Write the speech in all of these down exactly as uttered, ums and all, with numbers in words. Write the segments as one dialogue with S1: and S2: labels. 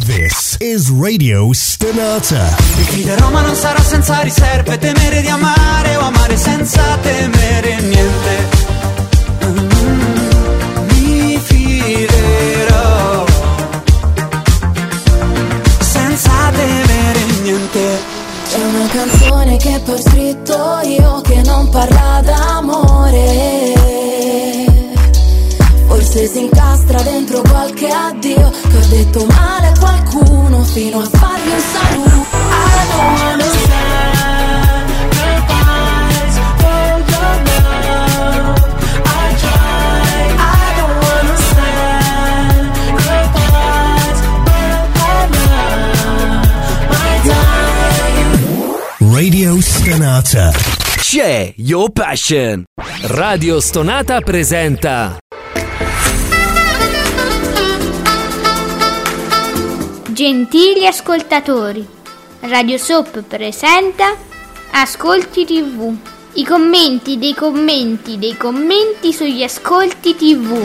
S1: This is Radio Stonata.
S2: Mi fiderò ma non sarò senza riserve, temere di amare o amare senza temere niente. Mm, mi fiderò senza temere niente.
S3: C'è una canzone che poi ho scritto io che non parla d'amore. Forse si incastra dentro qualche addio che ho detto male a qualcuno fino a fargli un saluto. I don't understand goodbyes for your love. I try. I don't understand goodbyes for my time.
S1: Radio Stonata.
S4: C'è Your Passion. Radio Stonata presenta
S5: Gentili ascoltatori, Radio Soap presenta Ascolti tivù. I commenti dei commenti dei commenti sugli ascolti tivù.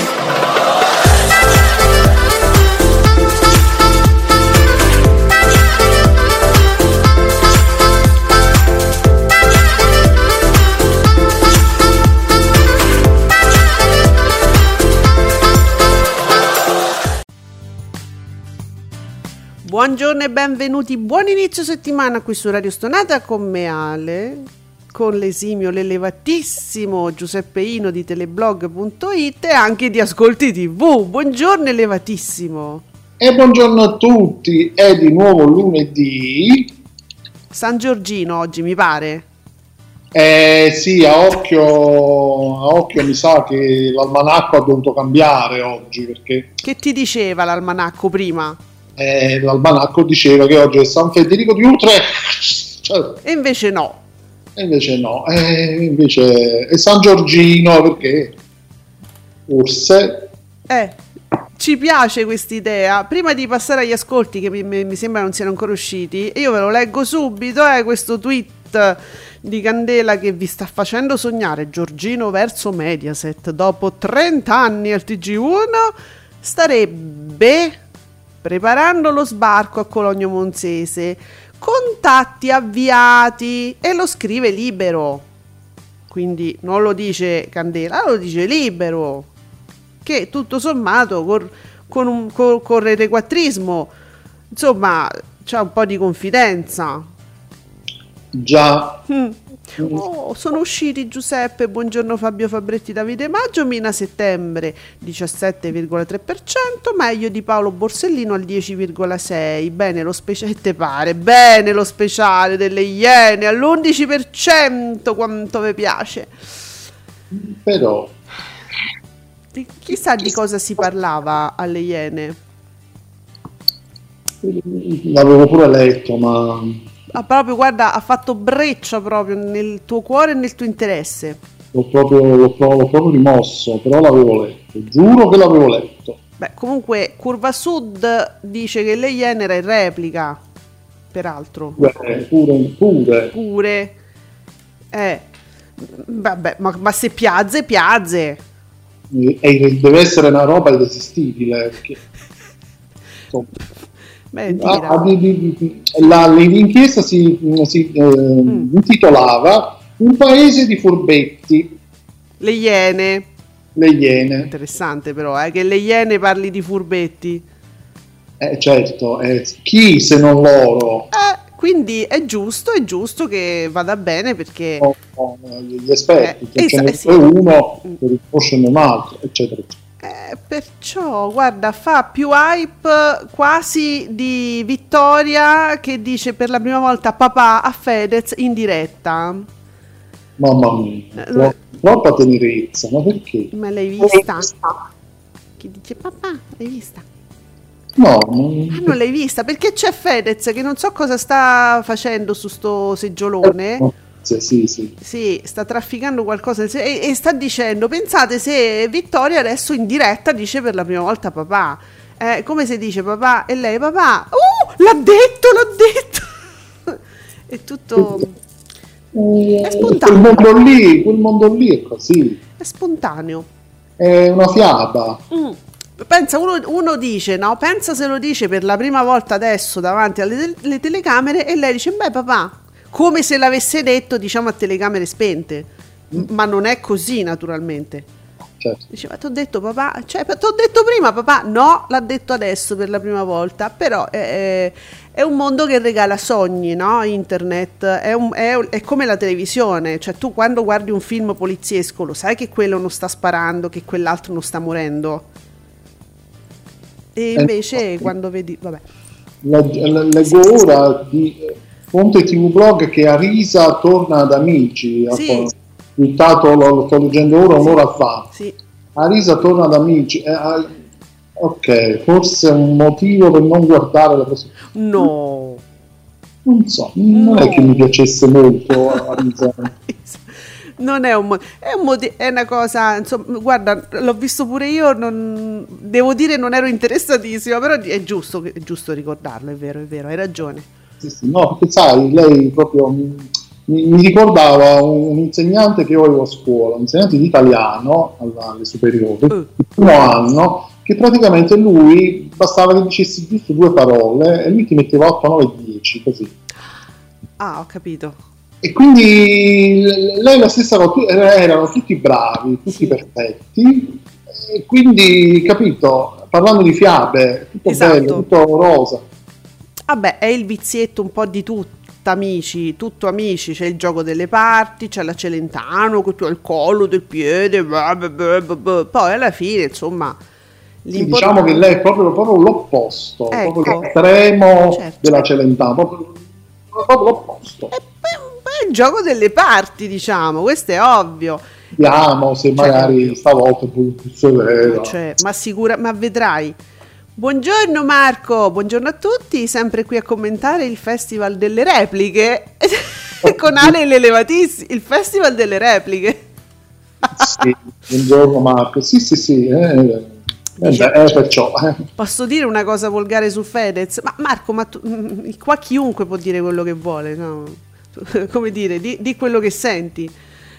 S6: Buongiorno e benvenuti, buon inizio settimana qui su Radio Stonata con me Ale, con l'esimio, l'elevatissimo Giuseppe Ino di teleblog punto it e anche di Ascolti tivù. Buongiorno elevatissimo.
S7: E buongiorno a tutti, è di nuovo lunedì.
S6: San Giorgino oggi mi pare.
S7: Eh sì, a occhio, a occhio mi sa che l'almanacco ha dovuto cambiare oggi perché...
S6: Che ti diceva l'almanacco prima?
S7: Eh, l'almanacco diceva che oggi è San Federico di Utrecht, cioè,
S6: e invece no.
S7: E invece no, eh, invece è San Giorgino perché forse...
S6: Eh, ci piace quest'idea. Prima di passare agli ascolti che mi, mi sembra non siano ancora usciti, io ve lo leggo subito, eh, questo tweet di Candela che vi sta facendo sognare Giorgino verso Mediaset. Dopo trenta anni al T G uno starebbe... preparando lo sbarco a Cologno Monzese, contatti avviati, e lo scrive Libero, quindi non lo dice Candela, lo dice Libero, che tutto sommato cor, con un cor, corretequattrismo insomma c'ha un po' di confidenza.
S7: Già.
S6: Mm. Oh, sono usciti Giuseppe, buongiorno Fabio Fabretti, Davide Maggio, Mina Settembre diciassette virgola tre per cento, meglio di Paolo Borsellino al dieci virgola sei per cento, bene lo speciale, te pare, bene lo speciale delle Iene all'undici per cento, quanto vi piace.
S7: Però
S6: chissà di cosa si parlava alle Iene.
S7: L'avevo pure letto, ma...
S6: Ah, proprio, guarda, ha fatto breccia proprio nel tuo cuore e nel tuo interesse.
S7: L'ho proprio, l'ho, l'ho proprio rimosso, però l'avevo letto, giuro che l'avevo letto.
S6: Beh, comunque, Curva Sud dice che le Iene era in replica, peraltro.
S7: Beh, pure, pure.
S6: Pure. Eh, vabbè, ma, ma se piazze, piazze.
S7: E deve essere una roba irresistibile, perché... Insomma,
S6: Beh,
S7: ah, di, di, di, la, l'inchiesta si, si eh, mm. intitolava Un paese di furbetti.
S6: Le Iene.
S7: Le Iene.
S6: Interessante però, eh, che le Iene parli di furbetti.
S7: Eh, certo, eh, chi se non loro?
S6: Eh, quindi è giusto, è giusto che vada bene perché...
S7: Oh, oh, gli esperti,
S6: eh,
S7: che ce
S6: es-
S7: ne
S6: sì.
S7: uno che riconosce un altro, eccetera, eccetera.
S6: Eh, perciò, guarda, fa più hype quasi di Vittoria che dice per la prima volta papà a Fedez in diretta.
S7: Mamma mia,
S6: Eh,
S7: tro- troppa tenerezza, ma perché?
S6: Ma l'hai vista? Che dice papà, l'hai vista?
S7: No, non...
S6: Ah, non l'hai vista? Perché c'è Fedez che non so cosa sta facendo su sto seggiolone.
S7: Sì, sì, sì.
S6: Sì, sta trafficando qualcosa e, e sta dicendo, pensate se Vittoria adesso in diretta dice per la prima volta papà, eh, come se dice papà e lei papà, uh, l'ha detto, l'ha detto. È tutto... È spontaneo.
S7: Quel mondo lì, quel mondo lì è così.
S6: È spontaneo.
S7: È una fiaba.
S6: Mm. pensa, uno, uno dice, no? Pensa se lo dice per la prima volta adesso davanti alle te- telecamere e lei dice, beh papà, come se l'avesse detto, diciamo, a telecamere spente. Mm. Ma non è così, naturalmente.
S7: Certo.
S6: Diceva, ti ho detto papà, cioè ti ho detto prima papà, no, l'ha detto adesso per la prima volta, però è, è un mondo che regala sogni, no? Internet, è, un, è, è come la televisione, cioè tu quando guardi un film poliziesco lo sai che quello non sta sparando, che quell'altro non sta morendo, e invece eh, quando vedi, vabbè.
S7: Leggo ora di fonte tivù blog che Arisa torna ad Amici, sì. Buttato, lo sto leggendo ora, un'ora fa.
S6: Sì.
S7: Arisa torna ad Amici. Eh, eh, ok, forse è un motivo per non guardare la prossima.
S6: No.
S7: Non so, non no. È che mi piacesse molto Arisa.
S6: Non è un motivo, è, un motivo, è una cosa, insomma, guarda, l'ho visto pure io, non, devo dire non ero interessatissima, però è giusto, è giusto ricordarlo, è vero, è vero, hai ragione.
S7: Sì, sì, no, perché sai, lei proprio... Mi, mi ricordava un insegnante che io avevo a scuola, un insegnante di italiano alle superiori, uh. il primo anno, che praticamente lui bastava che dicessi giusto due parole e lui ti metteva otto, nove, dieci, così.
S6: Ah, ho capito.
S7: E quindi lei la stessa cosa, erano tutti bravi, tutti perfetti, e quindi, capito, parlando di fiabe, tutto esatto. Bello, tutto rosa.
S6: Vabbè, è il vizietto un po' di tutto. Amici, tutto amici, c'è il gioco delle parti, c'è la Celentano che tu hai il collo del piede, blah, blah, blah, blah. Poi alla fine insomma
S7: sì, diciamo che lei è proprio, proprio l'opposto, ecco. Proprio l'estremo certo. Della Celentano, proprio, proprio l'opposto.
S6: È, è il gioco delle parti, diciamo, questo è ovvio.
S7: Vediamo se magari cioè, stavolta è più severo.
S6: Cioè, ma sicura, ma vedrai. Buongiorno Marco, buongiorno a tutti, sempre qui a commentare il Festival delle Repliche con Ale l'Elevatissimo, il Festival delle Repliche.
S7: Sì, buongiorno Marco, sì sì sì, eh,
S6: Dice,
S7: eh, perciò.
S6: Posso dire una cosa volgare su Fedez? Ma Marco, ma tu, qua chiunque può dire quello che vuole, no? Come dire, di, di quello che senti.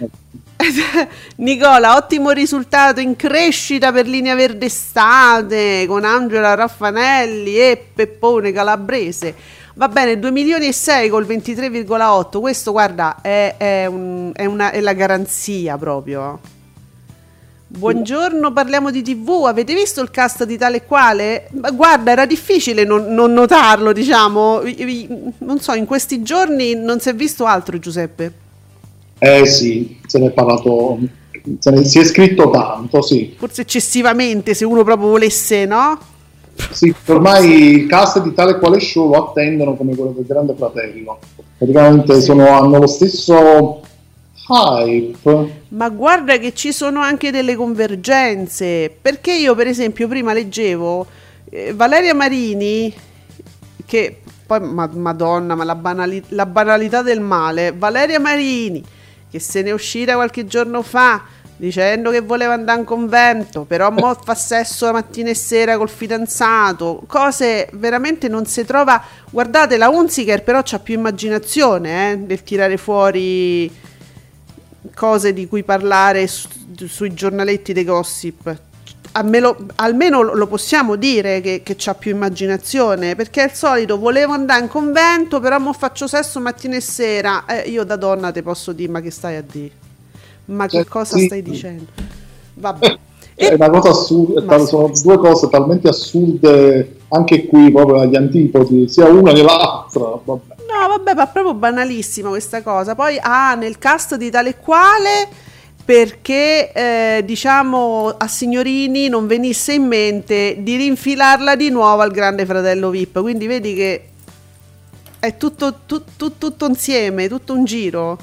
S6: Nicola, ottimo risultato in crescita per Linea Verde Estate con Angela Raffanelli e Peppone Calabrese. Va bene, due milioni e sei col ventitré virgola otto. Questo guarda è, è, un, è, una, è la garanzia proprio. Buongiorno, parliamo di tivù. Avete visto il cast di Tale e Quale? Ma guarda, era difficile non, non notarlo, diciamo. Non so, in questi giorni non si è visto altro, Giuseppe.
S7: Eh sì, se ne è parlato, se ne si è scritto tanto, sì.
S6: Forse eccessivamente, se uno proprio volesse, no?
S7: Sì, ormai il cast di Tale e Quale show lo attendono come quello del Grande Fratello. Praticamente sono, hanno lo stesso hype.
S6: Ma guarda che ci sono anche delle convergenze, perché io per esempio prima leggevo eh, Valeria Marini, che poi ma, madonna, ma la, banali- la banalità del male, Valeria Marini, che se ne è uscita qualche giorno fa dicendo che voleva andare in convento, però mo fa sesso la mattina e sera col fidanzato, cose veramente non si trova. Guardate, la Hunziker però c'ha più immaginazione eh, del tirare fuori cose di cui parlare su, sui giornaletti dei gossip. Almeno, almeno lo possiamo dire che, che c'ha più immaginazione, perché è il solito volevo andare in convento però mo faccio sesso mattina e sera. Eh, io da donna te posso dire, ma che stai a dire? Ma che cosa
S7: sì.
S6: stai dicendo? Vabbè.
S7: È una cosa assurda, sono sì. Due cose talmente assurde anche qui proprio agli antipodi, sia una che l'altra. Vabbè.
S6: No vabbè, ma proprio banalissima questa cosa. Poi ah, nel cast di Tale e Quale, perché eh, diciamo a Signorini non venisse in mente di rinfilarla di nuovo al Grande Fratello V I P, quindi vedi che è tutto, tu, tu, tutto insieme, tutto un giro.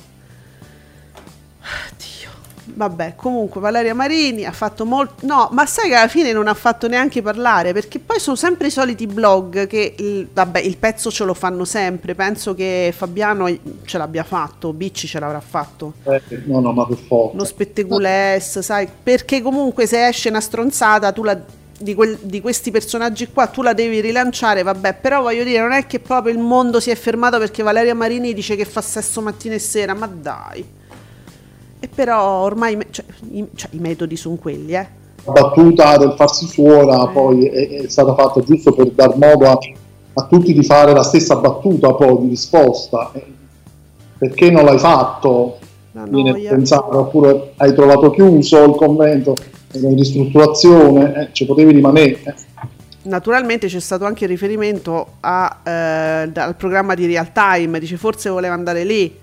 S6: Dio. Vabbè, comunque Valeria Marini ha fatto molto, no, ma sai che alla fine non ha fatto neanche parlare, perché poi sono sempre i soliti blog che il, vabbè, il pezzo ce lo fanno sempre. Penso che Fabiano ce l'abbia fatto, Bicci ce l'avrà fatto,
S7: eh, no no ma per forza
S6: uno spettaculess, sai, perché comunque se esce una stronzata tu la di, quel, di questi personaggi qua tu la devi rilanciare, vabbè, però voglio dire, non è che proprio il mondo si è fermato perché Valeria Marini dice che fa sesso mattina e sera, ma dai. E però ormai cioè, i, cioè, i metodi sono quelli, eh.
S7: battuta del farsi suora poi è, è stata fatta giusto per dar modo a, a tutti di fare la stessa battuta poi di risposta. Perché non l'hai fatto? Viene a pensare, oppure hai trovato chiuso il convento, in ristrutturazione, eh, ci potevi rimanere.
S6: Naturalmente c'è stato anche il riferimento a, eh, al programma di Real Time, dice forse voleva andare lì.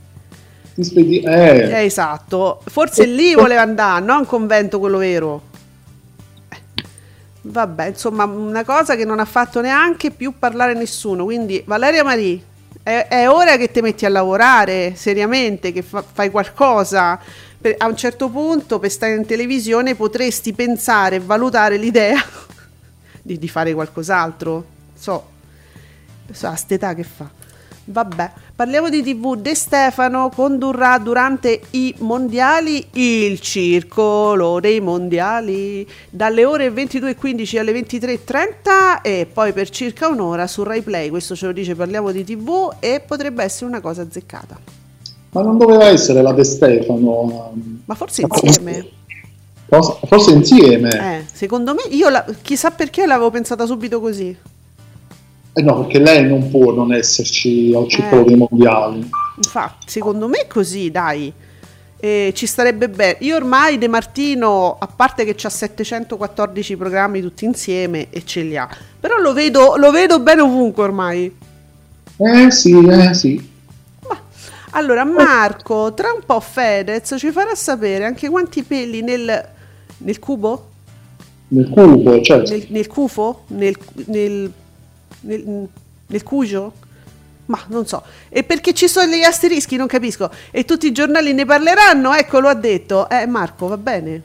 S7: Eh.
S6: Eh, esatto, forse lì voleva andare, non convento quello vero. Eh. Vabbè, insomma, una cosa che non ha fatto neanche più parlare nessuno, quindi Valeria Marie, è, è ora che ti metti a lavorare seriamente, che fa, fai qualcosa. Per, a un certo punto per stare in televisione potresti pensare e valutare l'idea di, di fare qualcos'altro. So, so a st'età che fa. Vabbè, parliamo di tivù. De Stefano condurrà durante i mondiali il circolo dei mondiali dalle ore ventidue e quindici alle ventitré e trenta e poi per circa un'ora su Rai Play. Questo ce lo dice Parliamo di tivù e potrebbe essere una cosa azzeccata.
S7: Ma non doveva essere la De Stefano?
S6: Ma forse insieme.
S7: Forse insieme.
S6: Eh, secondo me, io la, chissà perché l'avevo pensata subito così.
S7: Eh no, perché lei non può non esserci al circolo eh, dei mondiali.
S6: Infatti, secondo me è così, dai. Eh, ci starebbe bene. Io ormai De Martino, a parte che c'ha settecentoquattordici programmi tutti insieme e ce li ha, però lo vedo, lo vedo bene ovunque ormai.
S7: Eh sì, eh sì.
S6: Ma, allora Marco, tra un po' Fedez ci farà sapere anche quanti peli nel, nel cubo?
S7: Nel cubo, certo.
S6: Nel, nel cufo? Nel... nel Nel, nel cugio? Ma non so. E perché ci sono gli asterischi? Non capisco. E tutti i giornali ne parleranno? Ecco, lo ha detto. Eh, Marco, va bene.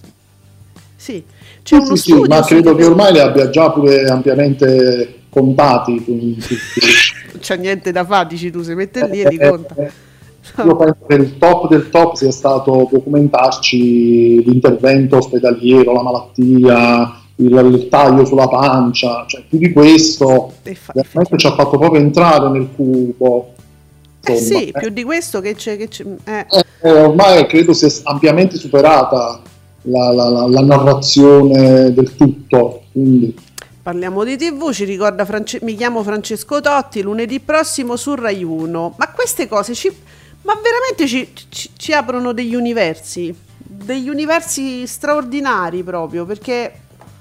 S6: Sì. C'è
S7: sì,
S6: uno
S7: sì,
S6: studio.
S7: Sì, ma credo che ormai li abbia già pure ampiamente contati.
S6: Non c'è niente da fare, dici tu, si mette lì e li conta.
S7: Io penso che il top del top sia stato documentarci l'intervento ospedaliero, la malattia, Il, il taglio sulla pancia, cioè più di questo fa, veramente ci ha fatto proprio entrare nel cubo.
S6: Eh sì, eh. più di questo che c'è, che c'è eh.
S7: Eh, ormai credo sia ampiamente superata la, la, la, la narrazione del tutto, quindi.
S6: Parliamo di tivù, ci ricorda France- mi chiamo Francesco Totti, lunedì prossimo su Rai uno. Ma queste cose ci, ma veramente ci, ci, ci aprono degli universi, degli universi straordinari proprio, perché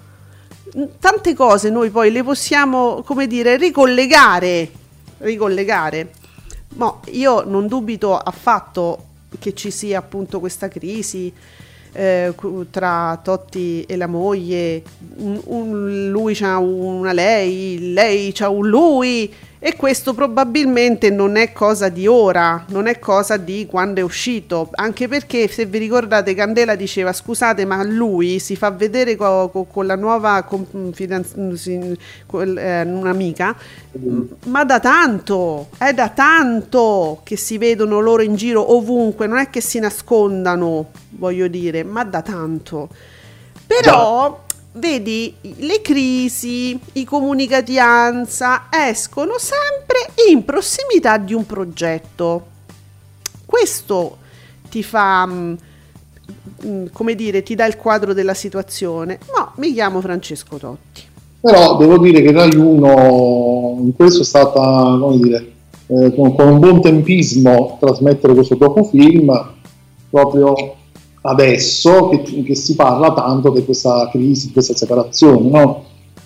S6: tante cose noi poi le possiamo, come dire, ricollegare, ricollegare. Ma io non dubito affatto che ci sia appunto questa crisi eh, tra Totti e la moglie, un, un, lui c'ha una lei, lei c'ha un lui, e questo probabilmente non è cosa di ora, non è cosa di quando è uscito, anche perché se vi ricordate Candela diceva scusate ma lui si fa vedere co- co- con la nuova confidenza, con, eh, un'amica, mm. ma da tanto, è da tanto che si vedono loro in giro ovunque, non è che si nascondano, voglio dire, ma da tanto. Però vedi, le crisi, i comunicati ANSA escono sempre in prossimità di un progetto. Questo ti fa, mh, come dire, ti dà il quadro della situazione. No, mi chiamo Francesco Totti.
S7: Però devo dire che Rai uno in questo è stata, come dire, eh, con, con un buon tempismo trasmettere questo docufilm proprio adesso che, che si parla tanto di questa crisi, di questa separazione, no?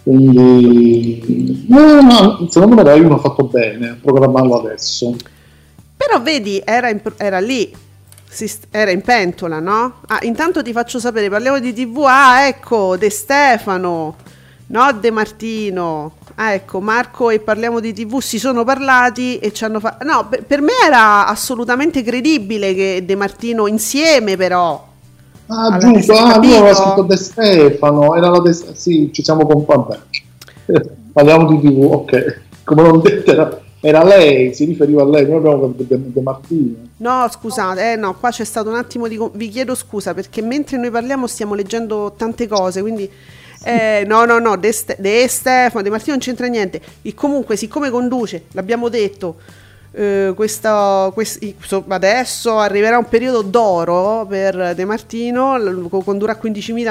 S7: Quindi no, no, secondo me Rai uno ha fatto bene a programmarlo adesso.
S6: Però vedi, era, in, era lì, si, era in pentola, no? Ah, intanto ti faccio sapere, parliamo di tivù, ah ecco, De Stefano, no De Martino, ah ecco, Marco e Parliamo di tivù si sono parlati e ci hanno fatto, no, per, per me era assolutamente credibile che De Martino insieme però.
S7: Ah giusto, ah lui aveva scritto De Stefano, era la De Stefano, sì, ci siamo con, vabbè, Parliamo di tivù, ok, come l'ho detto era, era lei, si riferiva a lei, noi abbiamo De, De, De Martino.
S6: No scusate, eh no, qua c'è stato un attimo di, vi chiedo scusa perché mentre noi parliamo stiamo leggendo tante cose, quindi Eh, no, no, no, De, Ste- De Stefano, De Martino non c'entra niente. E comunque, siccome conduce, l'abbiamo detto, eh, questa, quest- adesso arriverà un periodo d'oro per De Martino, condurrà quindicimila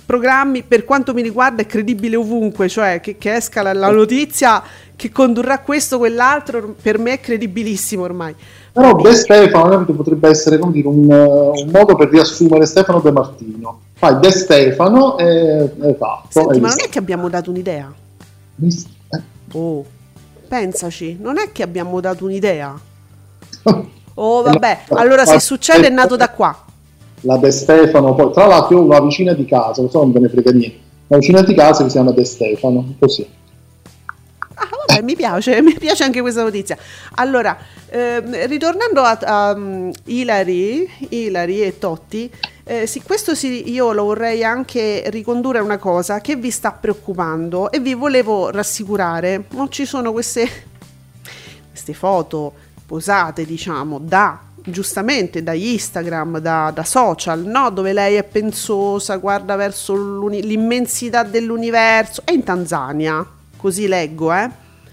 S6: programmi, per quanto mi riguarda è credibile ovunque, cioè che, che esca la, la notizia che condurrà questo o quell'altro, per me è credibilissimo ormai.
S7: Però De Stefano potrebbe essere, come dire, un, un modo per riassumere Stefano De Martino. Fai De Stefano e è fatto.
S6: Senti,
S7: è
S6: ma non è che abbiamo dato un'idea?
S7: Eh.
S6: Oh, pensaci, non è che abbiamo dato un'idea? Oh vabbè, allora se succede è nato da qua.
S7: La De Stefano, poi tra l'altro io ho una vicina di casa, non so, non ve ne frega niente, una vicina di casa che si chiama De Stefano, così.
S6: Ah vabbè, mi piace, mi piace anche questa notizia. Allora, ehm, ritornando a, a um, Ilari, Ilari e Totti, eh, sì, questo sì, io lo vorrei anche ricondurre a una cosa che vi sta preoccupando e vi volevo rassicurare. Non ci sono queste, queste foto posate, diciamo, da giustamente da Instagram, da, da social, no? Dove lei è pensosa, guarda verso l'immensità dell'universo. È in Tanzania, così leggo, eh?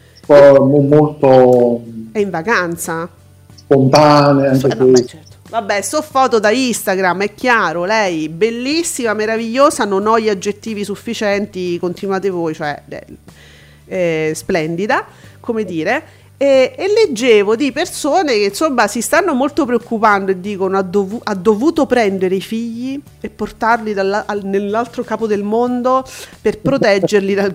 S7: Molto
S6: è in vacanza,
S7: spontanea anche
S6: so, vabbè, certo. Vabbè, so foto da Instagram, è chiaro, lei bellissima, meravigliosa, non ho gli aggettivi sufficienti, continuate voi, cioè eh, eh, splendida, come dire. E, e leggevo di persone che insomma si stanno molto preoccupando e dicono ha, dovu- ha dovuto prendere i figli e portarli dalla- al- nell'altro capo del mondo per proteggerli dal...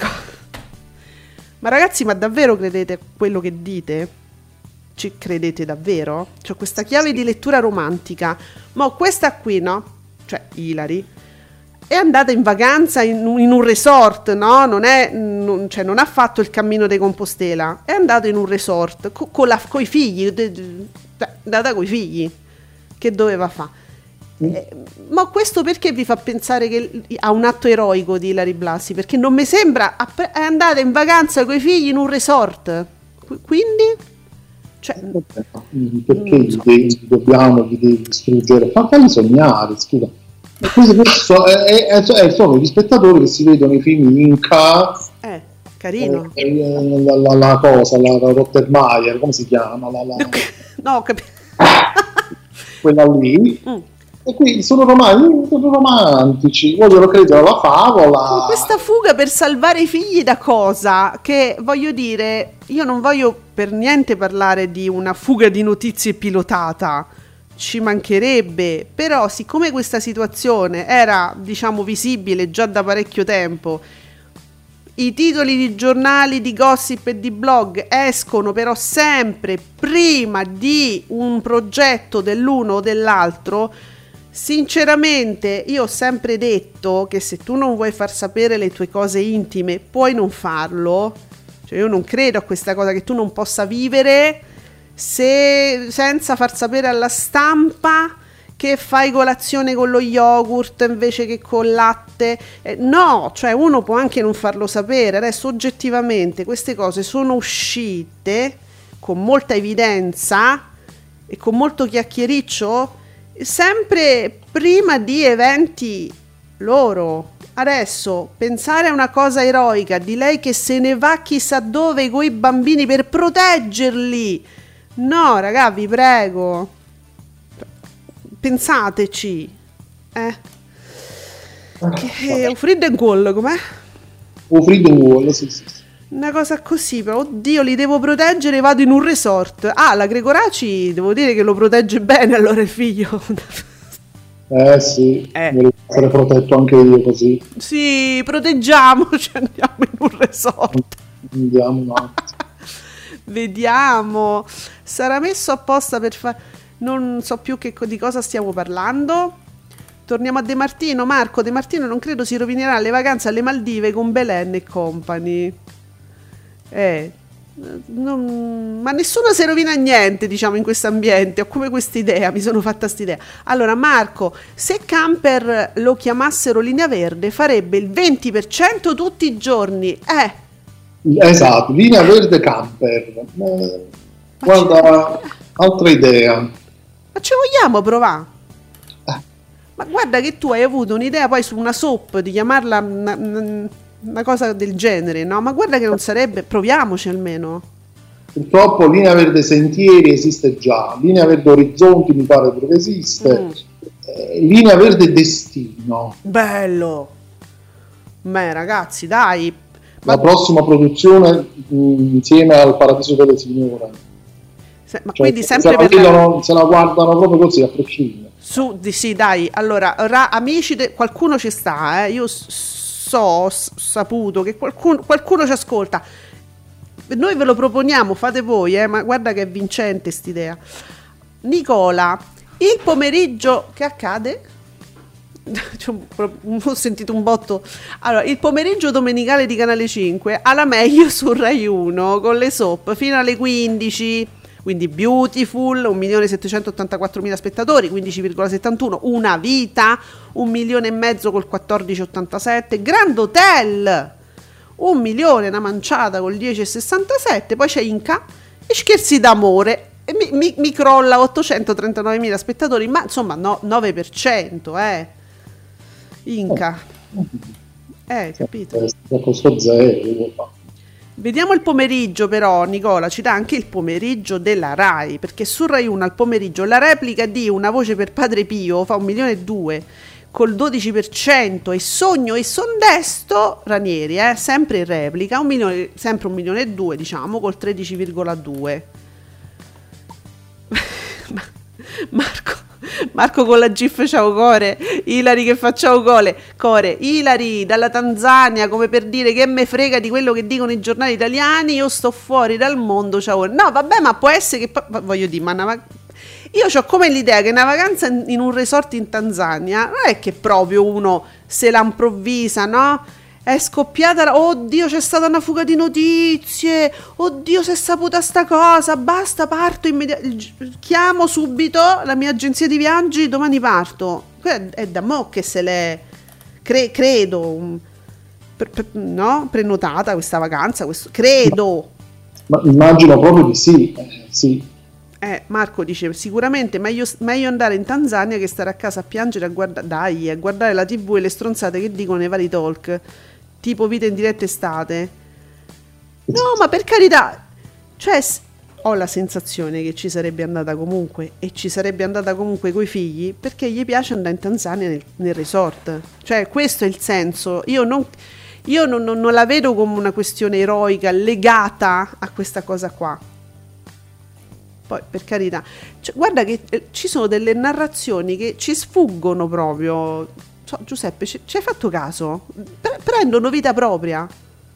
S6: Ma ragazzi, ma davvero credete a quello che dite? Ci credete davvero? C'ho questa chiave di lettura romantica. Ma questa qui, no? Cioè Ilari è andata in vacanza in, in un resort, no? Non è, non, cioè non ha fatto il cammino de Compostela, è andata in un resort co, con la, coi figli, è andata coi figli, che doveva fare? Mm. Eh, ma questo perché vi fa pensare che ha un atto eroico di Ilari Blasi? Perché non mi sembra, è andata in vacanza coi figli in un resort, quindi? Cioè,
S7: perché gli, so. gli dobbiamo, gli devi distruggere? Fammi sognare, scusa. E questo è, è, è, sono gli spettatori che si vedono i film Inca,
S6: eh, carino,
S7: eh, la, la, la cosa, la, la Rottermeier, come si chiama? La, la,
S6: no, cap-
S7: quella lì. Mm. E qui sono, rom- sono romantici, vogliono credere alla favola.
S6: Con questa fuga per salvare i figli da cosa? Che voglio dire, io non voglio per niente parlare di una fuga di notizie pilotata. Ci mancherebbe, però siccome questa situazione era, diciamo, visibile già da parecchio tempo, i titoli di giornali, di gossip e di blog escono però sempre prima di un progetto dell'uno o dell'altro. Sinceramente io ho sempre detto che se tu non vuoi far sapere le tue cose intime puoi non farlo, cioè io non credo a questa cosa che tu non possa vivere se senza far sapere alla stampa che fai colazione con lo yogurt invece che col latte, eh, no, cioè uno può anche non farlo sapere. Adesso oggettivamente queste cose sono uscite con molta evidenza e con molto chiacchiericcio sempre prima di eventi loro. Adesso pensare a una cosa eroica di lei che se ne va chissà dove coi bambini per proteggerli. No, raga, vi prego. Pensateci. Eh. Che, un Freedom Wall, com'è?
S7: Un Freedom Wall, sì, sì.
S6: Una cosa così, però, oddio, li devo proteggere, vado in un resort. Ah, la Gregoraci, devo dire che lo protegge bene allora il figlio.
S7: Eh sì, eh. Volevo essere protetto anche io così.
S6: Sì, proteggiamoci, andiamo in un resort.
S7: Andiamo un attimo.
S6: Vediamo, sarà messo apposta per fare, non so più che, di cosa stiamo parlando. Torniamo a De Martino. Marco De Martino non credo si rovinerà le vacanze alle Maldive con Belen e company. Eh, non, ma nessuno si rovina niente, diciamo, in questo ambiente. Ho come questa idea, mi sono fatta st'idea. Allora Marco, se Camper lo chiamassero Linea Verde farebbe il venti per cento tutti i giorni. Eh
S7: Esatto, Linea Verde Camper. Eh, guarda, altra idea.
S6: Ma ci vogliamo provare? Eh. Ma guarda che tu hai avuto un'idea poi su una soap di chiamarla una, una cosa del genere, no? Ma guarda che non sarebbe, proviamoci almeno.
S7: Purtroppo Linea Verde Sentieri esiste già, Linea Verde Orizzonti mi pare pure che esiste, mm. eh, Linea Verde Destino.
S6: Bello! Ma ragazzi, dai.
S7: La
S6: Ma,
S7: prossima produzione mh, insieme al Paradiso delle Signore.
S6: se, ma
S7: Cioè,
S6: quindi
S7: se,
S6: sempre
S7: la
S6: per la,
S7: tirano- se la guardano proprio così, a prescindere.
S6: su, di, sì, dai. Allora, ra- amici, de- qualcuno ci sta, eh. Io s- so, ho s- saputo che qualcuno, qualcuno ci ascolta. Noi ve lo proponiamo, fate voi, eh, ma guarda che è vincente st'idea. Nicola, il pomeriggio che accade? C'è un- ho sentito un botto. Allora, il pomeriggio domenicale di Canale cinque alla meglio su Rai uno con le soap fino alle quindici. Quindi Beautiful, un milione settecentottantaquattromila spettatori, quindici virgola settantuno. Una vita, un milione e mezzo col quattordici virgola ottantasette. Grand Hotel, un milione, una manciata col dieci virgola sessantasette. Poi c'è Inca e Scherzi d'amore e mi, mi, mi crolla ottocentotrentanovanomila spettatori, ma insomma no, nove per cento, eh. Inca. Eh, capito?
S7: Eh, costo zero.
S6: Vediamo il pomeriggio però, Nicola, ci dà anche il pomeriggio della Rai, perché su Rai uno al pomeriggio la replica di Una voce per Padre Pio fa un milione e due col dodici per cento e Sogno e Sondesto, Ranieri, eh, sempre in replica, un milione, sempre un milione e due diciamo, col tredici virgola due. Marco Marco con la gif ciao core, Ilari che fa ciao core, core, Ilari dalla Tanzania, come per dire che me frega di quello che dicono i giornali italiani, io sto fuori dal mondo, ciao. No vabbè, ma può essere che, voglio dire, ma una, io ho come l'idea che una vacanza in un resort in Tanzania non è che proprio uno se la improvvisa, no? È scoppiata, oddio c'è stata una fuga di notizie, oddio si è saputa sta cosa, basta, parto immediatamente, chiamo subito la mia agenzia di viaggi, domani parto. È da mo' che se l'è, cre- credo, per, per, no? Prenotata questa vacanza, questo, credo.
S7: Ma immagino proprio di sì, eh, sì.
S6: Eh, Marco dice sicuramente meglio, meglio andare in Tanzania che stare a casa a piangere a guardare, dai, a guardare la tivù e le stronzate che dicono nei vari talk. Tipo Vita in diretta estate. No, ma per carità, cioè ho la sensazione che ci sarebbe andata comunque e ci sarebbe andata comunque coi figli perché gli piace andare in Tanzania nel, nel resort. Cioè questo è il senso. Io non io non, non, non la vedo come una questione eroica legata a questa cosa qua. Poi per carità, cioè, guarda che eh, ci sono delle narrazioni che ci sfuggono proprio. So, Giuseppe, ci, ci hai fatto caso? Pre- prendono vita propria.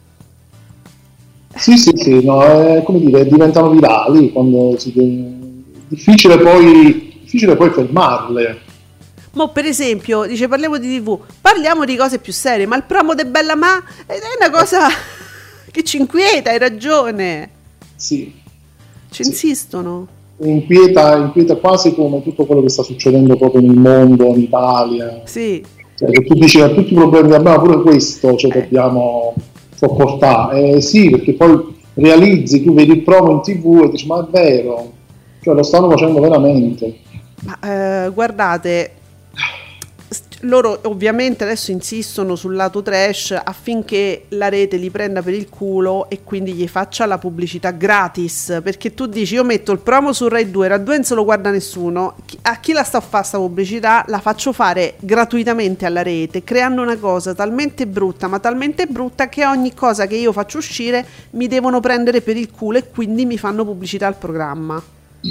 S7: Sì, sì, sì, no, è, come dire, diventano virali quando si difficile poi difficile poi fermarle.
S6: Mo per esempio, dice parliamo di tivù, parliamo di cose più serie, ma il promo de Bella Ma è una cosa che ci inquieta, hai ragione.
S7: Sì.
S6: Ci
S7: sì.
S6: insistono.
S7: Inquieta, inquieta quasi come tutto quello che sta succedendo proprio nel mondo, in Italia.
S6: Sì.
S7: Cioè, che tu dici, tutti i problemi che abbiamo, pure questo, cioè, eh. dobbiamo sopportare. Eh, sì, perché poi realizzi, tu vedi il promo in tv e dici, ma è vero, cioè lo stanno facendo veramente.
S6: Ma, eh, guardate, loro ovviamente adesso insistono sul lato trash affinché la rete li prenda per il culo e quindi gli faccia la pubblicità gratis, perché tu dici io metto il promo su Rai due, Rai due non se lo guarda nessuno, a chi la sta a fare sta pubblicità la faccio fare gratuitamente alla rete, creando una cosa talmente brutta ma talmente brutta che ogni cosa che io faccio uscire mi devono prendere per il culo e quindi mi fanno pubblicità al programma.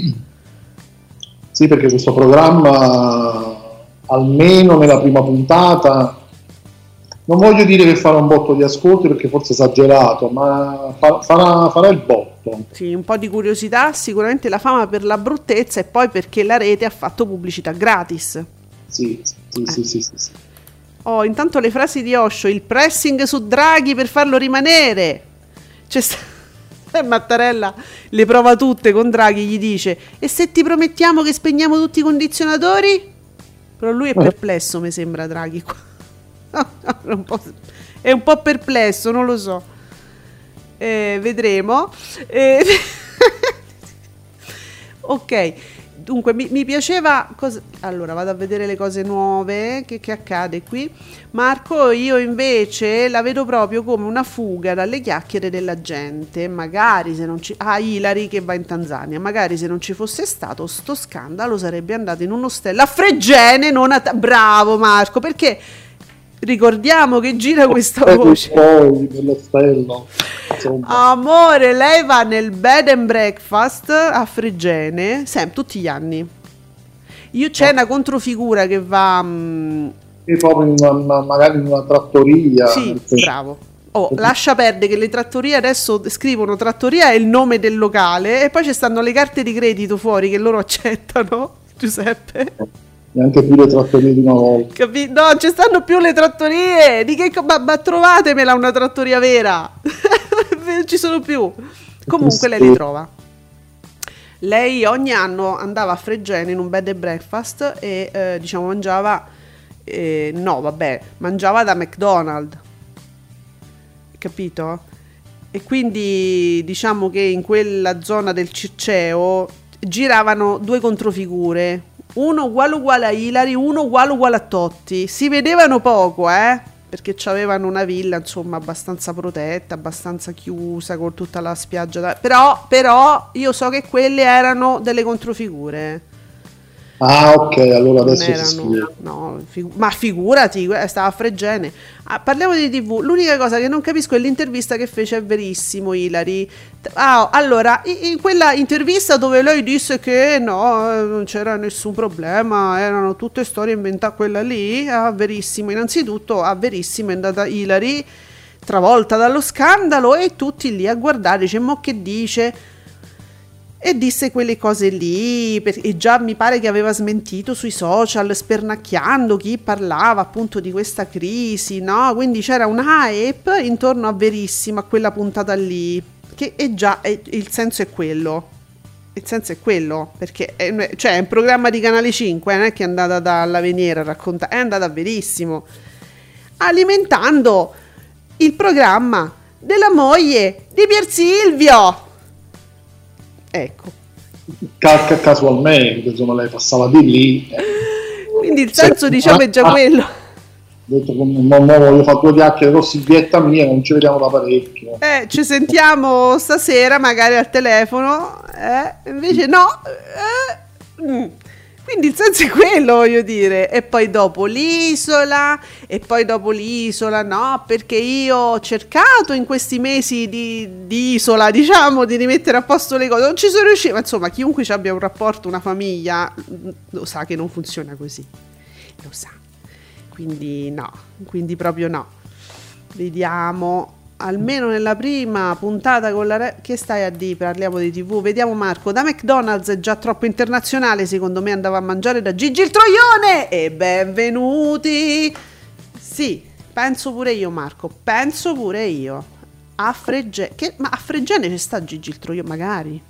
S7: Sì, perché questo programma almeno nella prima puntata, non voglio dire che farà un botto di ascolti perché forse è esagerato, ma fa, farà, farà il botto.
S6: Sì, un po' di curiosità, sicuramente la fama per la bruttezza e poi perché la rete ha fatto pubblicità gratis.
S7: Sì, sì,
S6: eh.
S7: sì, sì, sì, sì.
S6: Oh, intanto le frasi di Osho, il pressing su Draghi per farlo rimanere. C'è sta... E Mattarella le prova tutte con Draghi, gli dice e se ti promettiamo che spegniamo tutti i condizionatori? Però lui è perplesso, mi sembra, Draghi. È un po', è un po' perplesso, non lo so. Eh, vedremo. Eh, ok, dunque mi, mi piaceva... Cosa, allora, vado a vedere le cose nuove. Che, che accade qui? Marco, io invece la vedo proprio come una fuga dalle chiacchiere della gente. Magari se non ci... Ah, Ilari che va in Tanzania. Magari se non ci fosse stato sto scandalo sarebbe andato in un ostello a Fregene, non a... Bravo Marco, perché ricordiamo che gira questa voce.
S7: Poi dell'ostello. Insomma.
S6: Amore, lei va nel bed and breakfast a Fregene, sempre, tutti gli anni. Io c'è una controfigura che va mh,
S7: E proprio in una, magari in una trattoria.
S6: sì, bravo. Oh, lascia perdere che le trattorie adesso scrivono trattoria è il nome del locale e poi ci stanno le carte di credito fuori che loro accettano, Giuseppe.
S7: Neanche più le trattorie di una volta.
S6: Capi- no, ci stanno più le trattorie. Di che co- ma, ma trovatemela una trattoria vera. Non ci sono più. Comunque lei li trova. Lei ogni anno andava a Fregene in un bed and breakfast e eh, diciamo mangiava eh, no, vabbè, mangiava da McDonald's. Capito? E quindi diciamo che in quella zona del Circeo giravano due controfigure, uno uguale uguale a Ilari, uno uguale uguale a Totti. Si vedevano poco, eh? Perché c'avevano una villa, insomma, abbastanza protetta, abbastanza chiusa, con tutta la spiaggia. Da... Però, però io so che quelle erano delle controfigure.
S7: Ah, ok, allora
S6: Non
S7: adesso si
S6: erano,
S7: spiega.
S6: no, figu- ma figurati, que- stava a Fregene. Ah, parliamo di tivù. L'unica cosa che non capisco è l'intervista che fece, è verissimo, Ilari. Ah, allora, in, in quella intervista dove lei disse che no, eh, non c'era nessun problema, erano tutte storie inventate, quella lì, ah, verissimo. Innanzitutto, a verissimo è andata Ilari, travolta dallo scandalo, e tutti lì a guardare, dice, mo che dice? E disse quelle cose lì, per- e già mi pare che aveva smentito sui social, spernacchiando chi parlava appunto di questa crisi, no? Quindi c'era un hype intorno a Verissimo, a quella puntata lì, che è già, è- il senso è quello, il senso è quello, perché è, cioè, è un programma di Canale cinque, non è che è andata dalla Veniera a raccontare, è andata a Verissimo, alimentando il programma della moglie di Pier Silvio. Ecco,
S7: Ca- ca- casualmente, insomma, lei passava di lì. eh.
S6: quindi il senso, diciamo, è già
S7: Ah,
S6: quello.
S7: Ho detto, mo, mo voglio fare due chiacchiere con Silvietta mia, non ci vediamo da parecchio.
S6: Eh, ci sentiamo stasera magari al telefono, eh? Invece no. Eh, mm. Quindi il senso è quello, voglio dire. E poi dopo l'isola, e poi dopo l'isola, no, perché io ho cercato in questi mesi di, di isola, diciamo, di rimettere a posto le cose, non ci sono riuscita. Insomma, chiunque ci abbia un rapporto, una famiglia, lo sa che non funziona così. Lo sa. Quindi no, quindi proprio no. Vediamo, almeno nella prima puntata con la re- che stai a dire, parliamo di tivù, vediamo Marco, da McDonald's è già troppo internazionale, secondo me andava a mangiare da Gigi il Troione, e benvenuti. Sì, penso pure io, Marco, penso pure io. A Fregene, che, ma a Fregene ci sta Gigi il Troione, magari?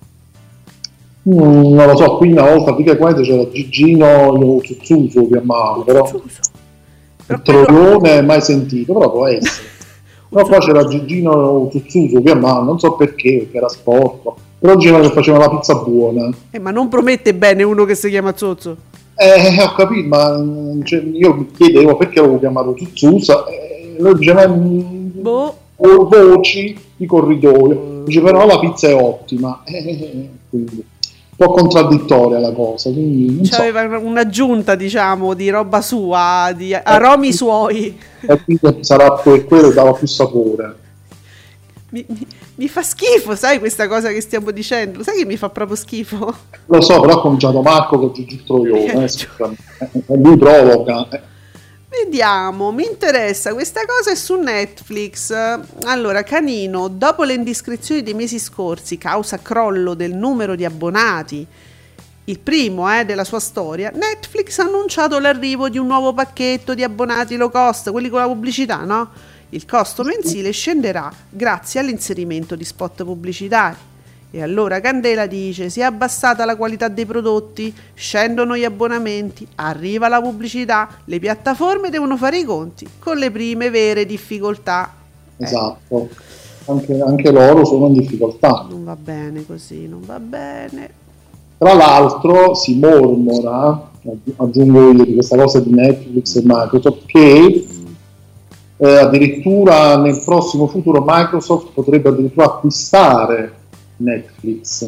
S7: Mm, non lo so, qui una volta più che quando c'era Gigino lo Zuzzuso chiamavo, però
S6: Però
S7: il
S6: quello-
S7: troione mai sentito, però può essere. Però qua c'era Gigino Zuzzuso chiamavo, non so perché, perché era sporco, però dicevano che faceva la pizza buona.
S6: Eh, ma non promette bene uno che si chiama Zozzo.
S7: Eh, ho capito, ma mm, cioè, io mi chiedevo perché l'avevo chiamato Zuzzusa, e lui diceva mm,
S6: Boh.
S7: voci di corridoio, dice però la pizza è ottima, eh, quindi un po' contraddittoria la cosa, quindi non so.
S6: C'aveva un'aggiunta, diciamo, di roba sua, di aromi suoi.
S7: E quindi sarà per quello che dava più sapore.
S6: Mi, mi- mi fa schifo, sai, questa cosa che stiamo dicendo? Sai che mi fa proprio schifo?
S7: Lo so, però ha cominciato Marco con Gigi il Troione, eh, scusami. Eh, lui provoca. eh.
S6: Vediamo, mi interessa, questa cosa è su Netflix. Allora, Canino, dopo le indiscrezioni dei mesi scorsi, causa crollo del numero di abbonati, il primo eh, della sua storia, Netflix ha annunciato l'arrivo di un nuovo pacchetto di abbonati low cost, quelli con la pubblicità, no? Il costo mensile scenderà grazie all'inserimento di spot pubblicitari. E allora Candela dice: si è abbassata la qualità dei prodotti, scendono gli abbonamenti, arriva la pubblicità, le piattaforme devono fare i conti con le prime vere difficoltà. Eh,
S7: Esatto, anche, anche loro sono in difficoltà.
S6: non va bene così, non va bene.
S7: Tra l'altro si mormora, aggiungo io, di questa cosa di Netflix e Microsoft, che eh, addirittura nel prossimo futuro Microsoft potrebbe addirittura acquistare Netflix.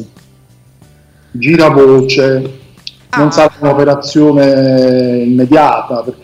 S7: Gira voce, non
S6: Ah.
S7: sarà un'operazione immediata perché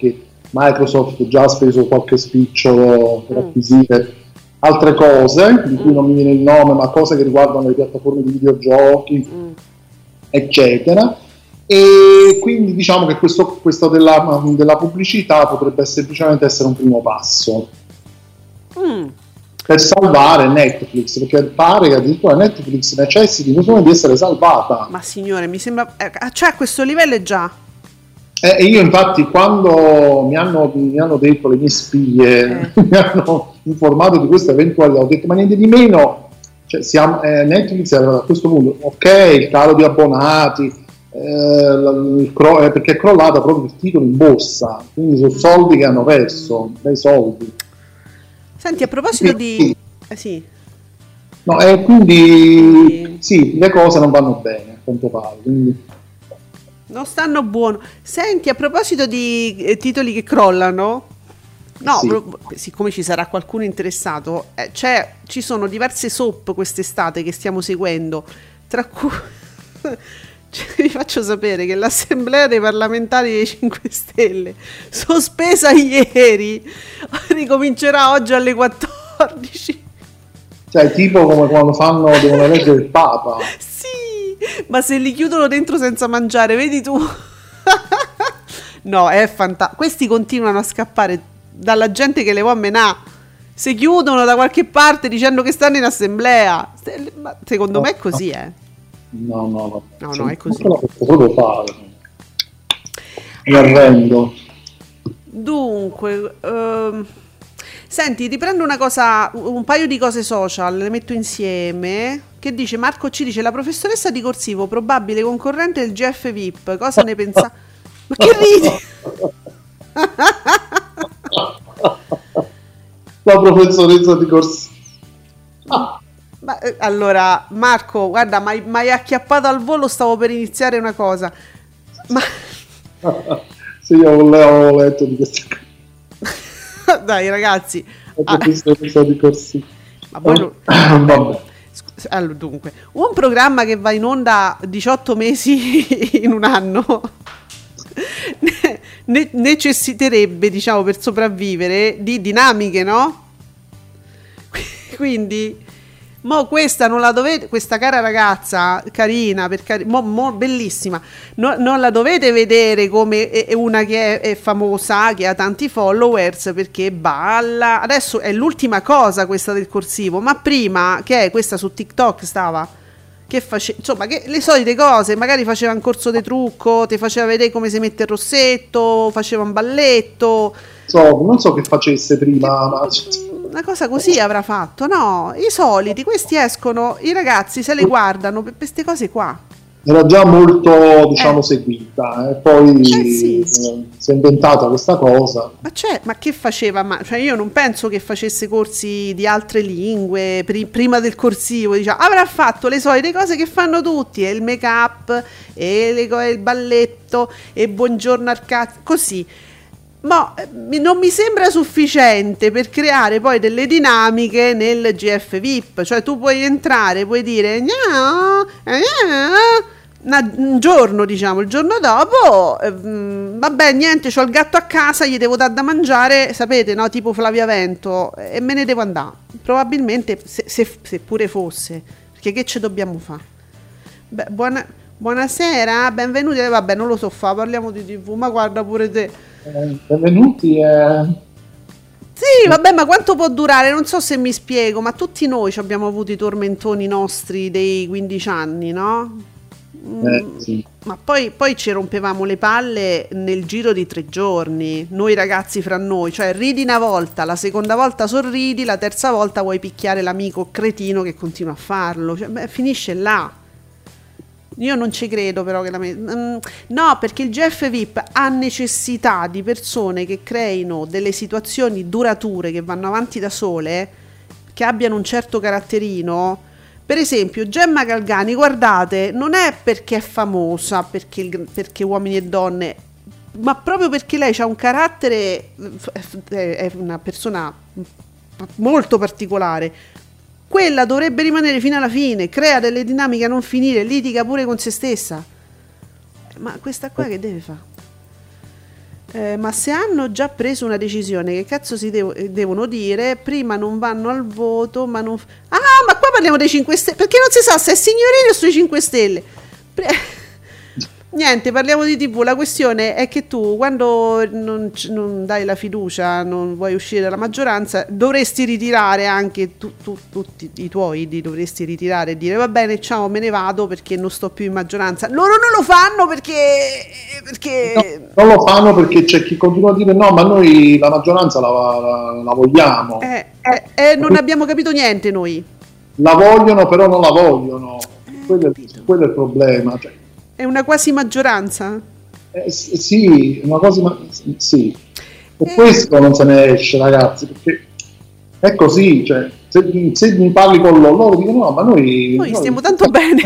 S7: Microsoft già ha speso qualche spicciolo per acquisire altre cose, di cui non mi viene il nome, ma cose che riguardano le piattaforme di videogiochi, mm. eccetera. E quindi diciamo che questo, questo della, della pubblicità potrebbe semplicemente essere un primo passo mm. per salvare Netflix, perché pare che addirittura Netflix necessiti di essere salvata.
S6: Ma signore, mi sembra, cioè a questo livello è già.
S7: E io infatti quando mi hanno, mi hanno detto le mie spie, eh. mi hanno informato di questa eventualità, ho detto ma niente di meno, cioè, siamo, eh, Netflix era a questo punto, ok, il calo di abbonati, eh, il cro- eh, perché è crollata proprio il titolo in borsa, quindi sono soldi che hanno perso, dei soldi.
S6: Senti, a proposito di... Eh, sì.
S7: No, e eh, quindi sì, le cose non vanno bene, a quanto pare, quindi...
S6: Non stanno buono. Senti, a proposito di eh, titoli che crollano, no, sì. pro- siccome ci sarà qualcuno interessato, eh, c'è, ci sono diverse soap quest'estate che stiamo seguendo, tra cui cioè, vi faccio sapere che l'assemblea dei parlamentari dei cinque Stelle, sospesa ieri, ricomincerà oggi alle quattordici.
S7: Cioè, tipo come quando fanno, devono eleggere il Papa.
S6: Ma se li chiudono dentro senza mangiare, vedi tu? No, è fantastico. Questi continuano a scappare dalla gente che le vuole menà. Si chiudono da qualche parte dicendo che stanno in assemblea. Ma secondo no, me è così,
S7: no.
S6: eh.
S7: No, no, no.
S6: No, no, è così.
S7: Non lo posso proprio fare. Mi arrendo.
S6: Dunque, ehm... senti, riprendo una cosa, un paio di cose social, le metto insieme. Che dice Marco C? Dice la professoressa di corsivo, probabile concorrente del G F V I P. Cosa ne pensa? Ma che ridi?
S7: La professoressa di corsivo.
S6: Ah. Ma, eh, allora, Marco, guarda, mi hai acchiappato al volo, stavo per iniziare una cosa. Ma...
S7: sì, io avevo letto di questa cosa.
S6: Dai ragazzi,
S7: la professoressa di corsivo.
S6: Ma voi non...
S7: Vabbè.
S6: Allora, dunque, un programma che va in onda diciotto mesi in un anno ne- necessiterebbe, diciamo, per sopravvivere di dinamiche, no? Quindi mo questa non la dovete, questa cara ragazza carina, per cari- mo, mo bellissima, no, non la dovete vedere come è una che è, è famosa, che ha tanti followers perché balla. Adesso è l'ultima cosa questa del corsivo, ma prima, che è questa su TikTok stava, che face, insomma, che le solite cose, magari faceva un corso di trucco, ti faceva vedere come si mette il rossetto, faceva un balletto.
S7: So, non so che facesse prima, ma...
S6: una cosa così avrà fatto, no? I soliti, questi escono, i ragazzi se le guardano per queste cose qua.
S7: Era già molto, diciamo, eh. seguita, e eh? poi
S6: eh sì.
S7: eh, si è inventata questa cosa.
S6: Ma, c'è, ma che faceva? Ma, cioè io non penso che facesse corsi di altre lingue pri- prima del corsivo, diciamo. Avrà fatto le solite cose che fanno tutti, e il make up, e le, il balletto, e buongiorno al cazzo, così. Ma non mi sembra sufficiente per creare poi delle dinamiche nel G F V I P, cioè tu puoi entrare, puoi dire gnà, gnà, un giorno, diciamo, il giorno dopo, eh, vabbè, niente, c'ho il gatto a casa, gli devo dare da mangiare, sapete, no, tipo Flavia Vento, e me ne devo andare, probabilmente, se, se, se pure fosse, perché che ci dobbiamo fare? Beh, buona, buonasera, benvenuti, eh, vabbè, non lo so fa, parliamo di tivù, ma guarda pure te.
S7: Eh, benvenuti. Eh.
S6: Sì, vabbè, ma quanto può durare? Non so se mi spiego, ma tutti noi ci abbiamo avuto i tormentoni nostri dei quindici anni, no?
S7: Eh, sì.
S6: Ma poi, poi ci rompevamo le palle nel giro di tre giorni, noi ragazzi fra noi, cioè ridi una volta, la seconda volta sorridi, la terza volta vuoi picchiare l'amico cretino che continua a farlo, cioè, beh, finisce là. Io non ci credo però che la me- mm, no, perché il G F V I P ha necessità di persone che creino delle situazioni durature che vanno avanti da sole, che abbiano un certo caratterino. Per esempio Gemma Galgani, guardate, non è perché è famosa, perché, il, perché uomini e donne, ma proprio perché lei ha un carattere, è una persona molto particolare. Quella dovrebbe rimanere fino alla fine, crea delle dinamiche a non finire, litiga pure con se stessa. Ma questa qua che deve fare? Eh, ma se hanno già preso una decisione, che cazzo si devo, devono dire? Prima non vanno al voto, ma non... F- ah, ma qua parliamo dei cinque Stelle, perché non si sa se è signorini o sui cinque Stelle. Pre- Niente, parliamo di tivù. La questione è che tu, quando non, non dai la fiducia, non vuoi uscire dalla maggioranza, dovresti ritirare anche tu, tu, tutti i tuoi, li dovresti ritirare e dire va bene, ciao, me ne vado perché non sto più in maggioranza. Loro non lo fanno perché... perché...
S7: No, non lo fanno perché c'è chi continua a dire no, ma noi la maggioranza la, la, la vogliamo.
S6: Eh, eh, eh, non abbiamo capito niente noi.
S7: La vogliono, però non la vogliono. Quello è, quello è il problema. Cioè,
S6: è una quasi maggioranza?
S7: Eh, sì, una cosa, ma, sì. E
S6: eh.
S7: questo non se ne esce, ragazzi, perché è così, cioè, se, se mi parli con loro, loro dicono no, ma noi...
S6: Noi,
S7: noi
S6: stiamo tanto bene.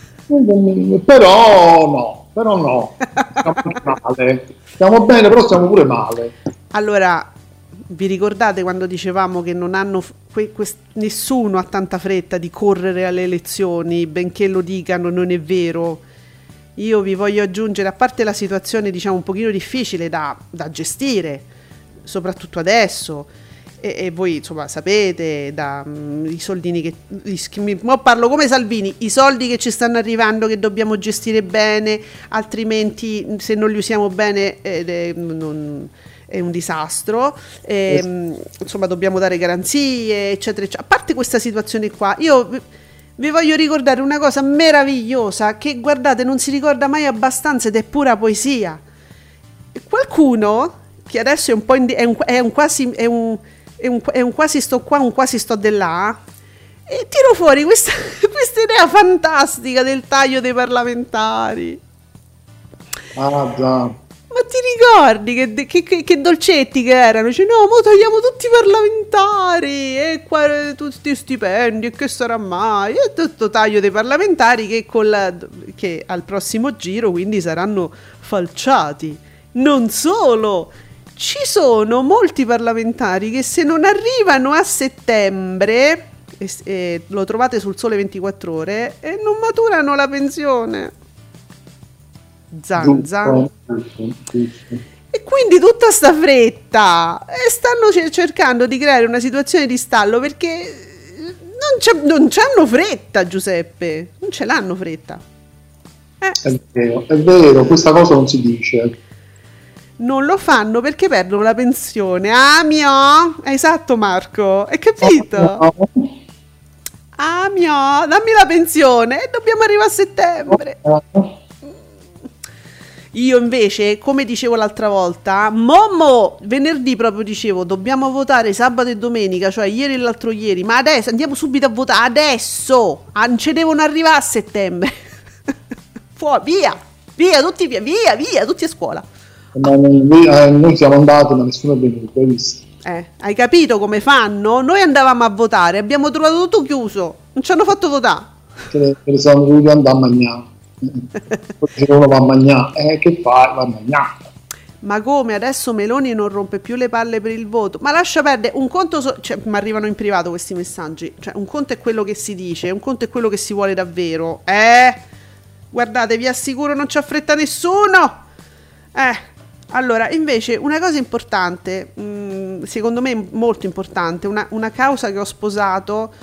S7: Però no, però no, stiamo male. Stiamo bene, però stiamo pure male.
S6: Allora, vi ricordate quando dicevamo che non hanno que, quest, nessuno ha tanta fretta di correre alle elezioni, benché lo dicano, non è vero? Io vi voglio aggiungere, a parte la situazione diciamo un pochino difficile da, da gestire, soprattutto adesso, e, e voi insomma sapete, da, mh, i soldini che, mi, mo parlo come Salvini, i soldi che ci stanno arrivando che dobbiamo gestire bene, altrimenti se non li usiamo bene eh, non, è un disastro, e, mh, insomma dobbiamo dare garanzie, eccetera, eccetera. A parte questa situazione qua, io... vi voglio ricordare una cosa meravigliosa che, guardate, non si ricorda mai abbastanza ed è pura poesia. Qualcuno, che adesso è un po' indi- è, un, è un quasi è un, è, un, è un quasi sto qua, un quasi sto di là, e tiro fuori questa, questa idea fantastica del taglio dei parlamentari.
S7: Ah già.
S6: Ma ti ricordi che, che, che, che dolcetti che erano? Dice no, mo togliamo tutti i parlamentari e qua tutti stipendi e che sarà mai? E tutto taglio dei parlamentari che, con la, che al prossimo giro quindi saranno falciati. Non solo, ci sono molti parlamentari che se non arrivano a settembre, e, e lo trovate sul Sole ventiquattro Ore, e non maturano la pensione. Zanza. E quindi tutta sta fretta e stanno cercando di creare una situazione di stallo perché non, c'è, non c'hanno fretta, Giuseppe, non ce l'hanno fretta. eh.
S7: È vero, è vero, questa cosa non si dice.
S6: Non lo fanno perché perdono la pensione. Ah mio, esatto Marco, hai capito?
S7: Oh, no.
S6: Ah mio, dammi la pensione e dobbiamo arrivare a settembre.
S7: Oh.
S6: Io invece, come dicevo l'altra volta, Momo, venerdì proprio dicevo, dobbiamo votare sabato e domenica, cioè ieri e l'altro ieri, ma adesso andiamo subito a votare, adesso, non ci devono arrivare a settembre. Fuori, via, via, tutti via, via, via, tutti a scuola.
S7: Ma noi, eh, noi siamo andati, ma nessuno è venuto, hai visto?
S6: Eh, hai capito come fanno? Noi andavamo a votare, abbiamo trovato tutto chiuso, non ci hanno fatto votare.
S7: Ce ne siamo dovuti andare a mangiare. Se uno va a mangiare, eh, che fai? Va a mangiare.
S6: Ma come adesso Meloni non rompe più le palle per il voto? Ma lascia perdere, un conto, so- cioè mi arrivano in privato questi messaggi, cioè un conto è quello che si dice, un conto è quello che si vuole davvero. Eh, guardate, vi assicuro non ci affretta nessuno. Eh, allora, invece una cosa importante, mh, secondo me molto importante, una, una causa che ho sposato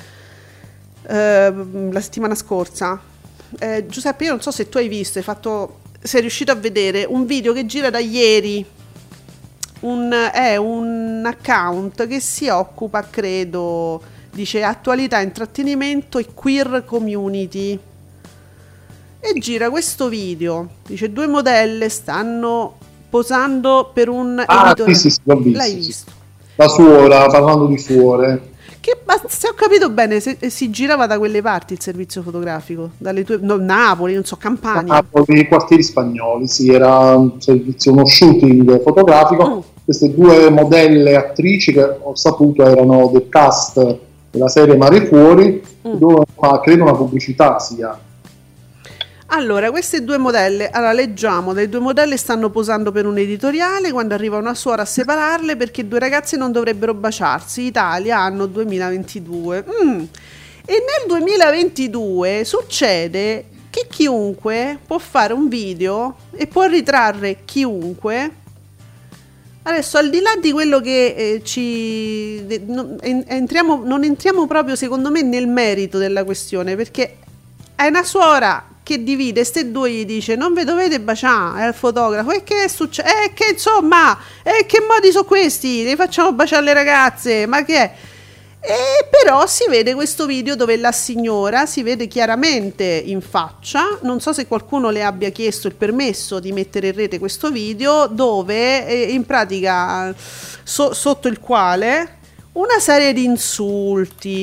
S6: eh, la settimana scorsa. Eh, Giuseppe, io non so se tu hai visto, hai fatto, sei riuscito a vedere un video che gira da ieri, un, è un account che si occupa, credo, dice attualità, intrattenimento e queer community, e gira questo video, dice due modelle stanno posando per un
S7: ah,
S6: editore.
S7: sì, sì, sì, l'ho visto,
S6: l'hai
S7: sì,
S6: visto?
S7: La suora, parlando di suore.
S6: Che, ma se ho capito bene, se, si girava da quelle parti il servizio fotografico, dalle tue, no, Napoli, non so, Campania.
S7: Napoli, quartieri spagnoli, sì, era un servizio, uno shooting fotografico. Mm. Queste due modelle attrici che ho saputo erano del cast della serie Mare Fuori, mm. dove fa, credo, una pubblicità sia.
S6: Allora, queste due modelle, allora leggiamo, le due modelle stanno posando per un editoriale quando arriva una suora a separarle perché due ragazze non dovrebbero baciarsi. Italia, anno duemilaventidue. Mm. E nel duemilaventidue succede che chiunque può fare un video e può ritrarre chiunque Adesso, al di là di quello che eh, ci de, no, en, entriamo, non entriamo proprio, secondo me, nel merito della questione, perché è una suora che divide ste due, gli dice non vi dovete baciare, è il fotografo, e che è successo? E che insomma, e che modi sono questi? Li facciamo baciare le ragazze, ma che è? E però si vede questo video dove la signora si vede chiaramente in faccia, non so se qualcuno le abbia chiesto il permesso di mettere in rete questo video, dove eh, in pratica so, sotto il quale una serie di insulti,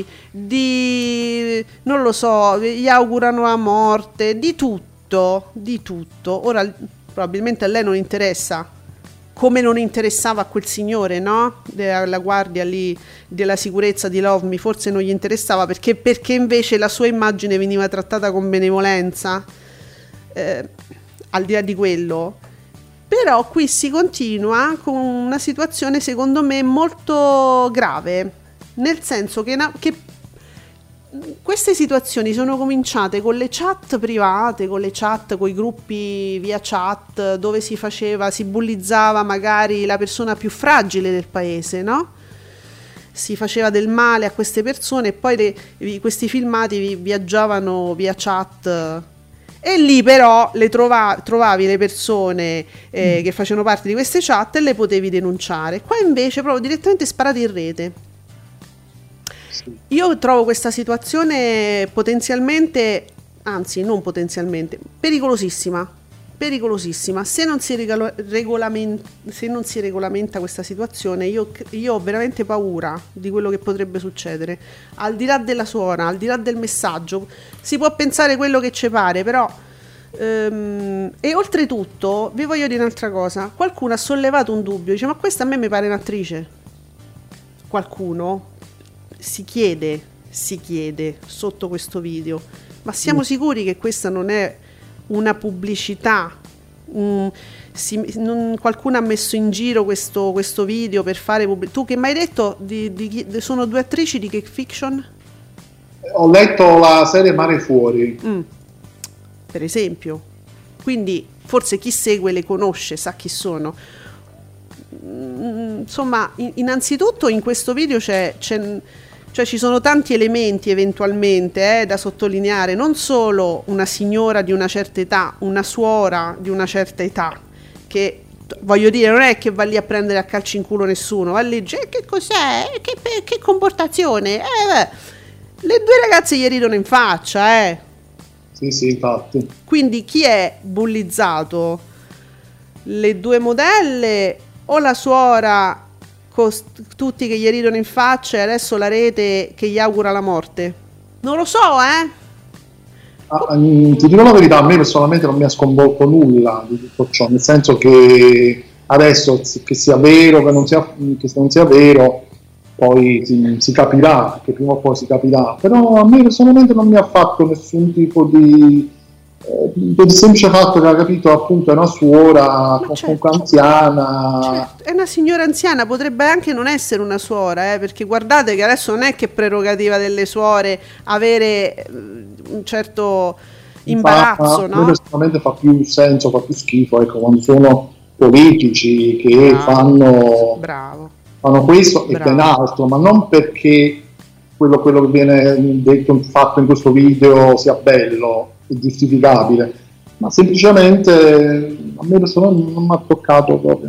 S6: di non lo so, gli augurano la morte, di tutto, di tutto. Ora probabilmente a lei non interessa, come non interessava a quel signore, no? Della guardia lì della sicurezza di Love Me, forse non gli interessava perché, perché invece la sua immagine veniva trattata con benevolenza, eh, al di là di quello. Però qui si continua con una situazione secondo me molto grave, nel senso che, na- che queste situazioni sono cominciate con le chat private, con le chat, con i gruppi via chat, dove si faceva, si bullizzava magari la persona più fragile del paese, no? Si faceva del male a queste persone e poi le, questi filmati vi, viaggiavano via chat. E lì però le trova, trovavi le persone eh, mm. che facevano parte di queste chat e le potevi denunciare. Qua invece proprio direttamente sparate in rete. Sì. Io trovo questa situazione potenzialmente, anzi non potenzialmente, pericolosissima. Pericolosissima. Se non si, regalo, regolamenta, se non si regolamenta questa situazione, io, io ho veramente paura di quello che potrebbe succedere. Al di là della suora, al di là del messaggio, si può pensare quello che ci pare, però ehm, e oltretutto vi voglio dire un'altra cosa. Qualcuno ha sollevato un dubbio, dice ma questa a me mi pare un'attrice. Qualcuno si chiede, si chiede sotto questo video, ma siamo mm. sicuri che questa non è una pubblicità? Mm, si, non, qualcuno ha messo in giro questo, questo video per fare pubblic- tu che mi hai detto di, di, di, sono due attrici di che fiction?
S7: Ho letto la serie Mare Fuori,
S6: mm, per esempio, quindi forse chi segue le conosce, sa chi sono. Mm, insomma, in, innanzitutto in questo video c'è, c'è cioè ci sono tanti elementi eventualmente eh, da sottolineare, non solo una signora di una certa età, una suora di una certa età, che voglio dire non è che va lì a prendere a calci in culo nessuno, va lì, che cos'è, che, che comportazione, eh, le due ragazze gli ridono in faccia, eh.
S7: Sì, sì, infatti.
S6: Quindi chi è bullizzato? Le due modelle o la suora? Tutti che gli ridono in faccia e adesso la rete che gli augura la morte? Non lo so, eh.
S7: Ah, ti dico la verità, a me personalmente non mi ha sconvolto nulla di tutto ciò, nel senso che adesso che sia vero, che non sia, che non sia vero, poi si, si capirà, che prima o poi si capirà, però a me personalmente non mi ha fatto nessun tipo di... per il semplice fatto che ha capito appunto è una suora
S6: certo,
S7: comunque anziana,
S6: certo, è una signora anziana, potrebbe anche non essere una suora, eh, perché guardate che adesso non è che è prerogativa delle suore avere un certo imbarazzo, fa, no?
S7: Personalmente fa più senso, fa più schifo, ecco, quando sono politici che
S6: bravo,
S7: fanno
S6: bravo,
S7: fanno questo
S6: bravo.
S7: E ben altro, ma non perché quello, quello che viene detto, fatto in questo video sia bello, giustificabile, ma semplicemente a me questo non, non mi ha toccato proprio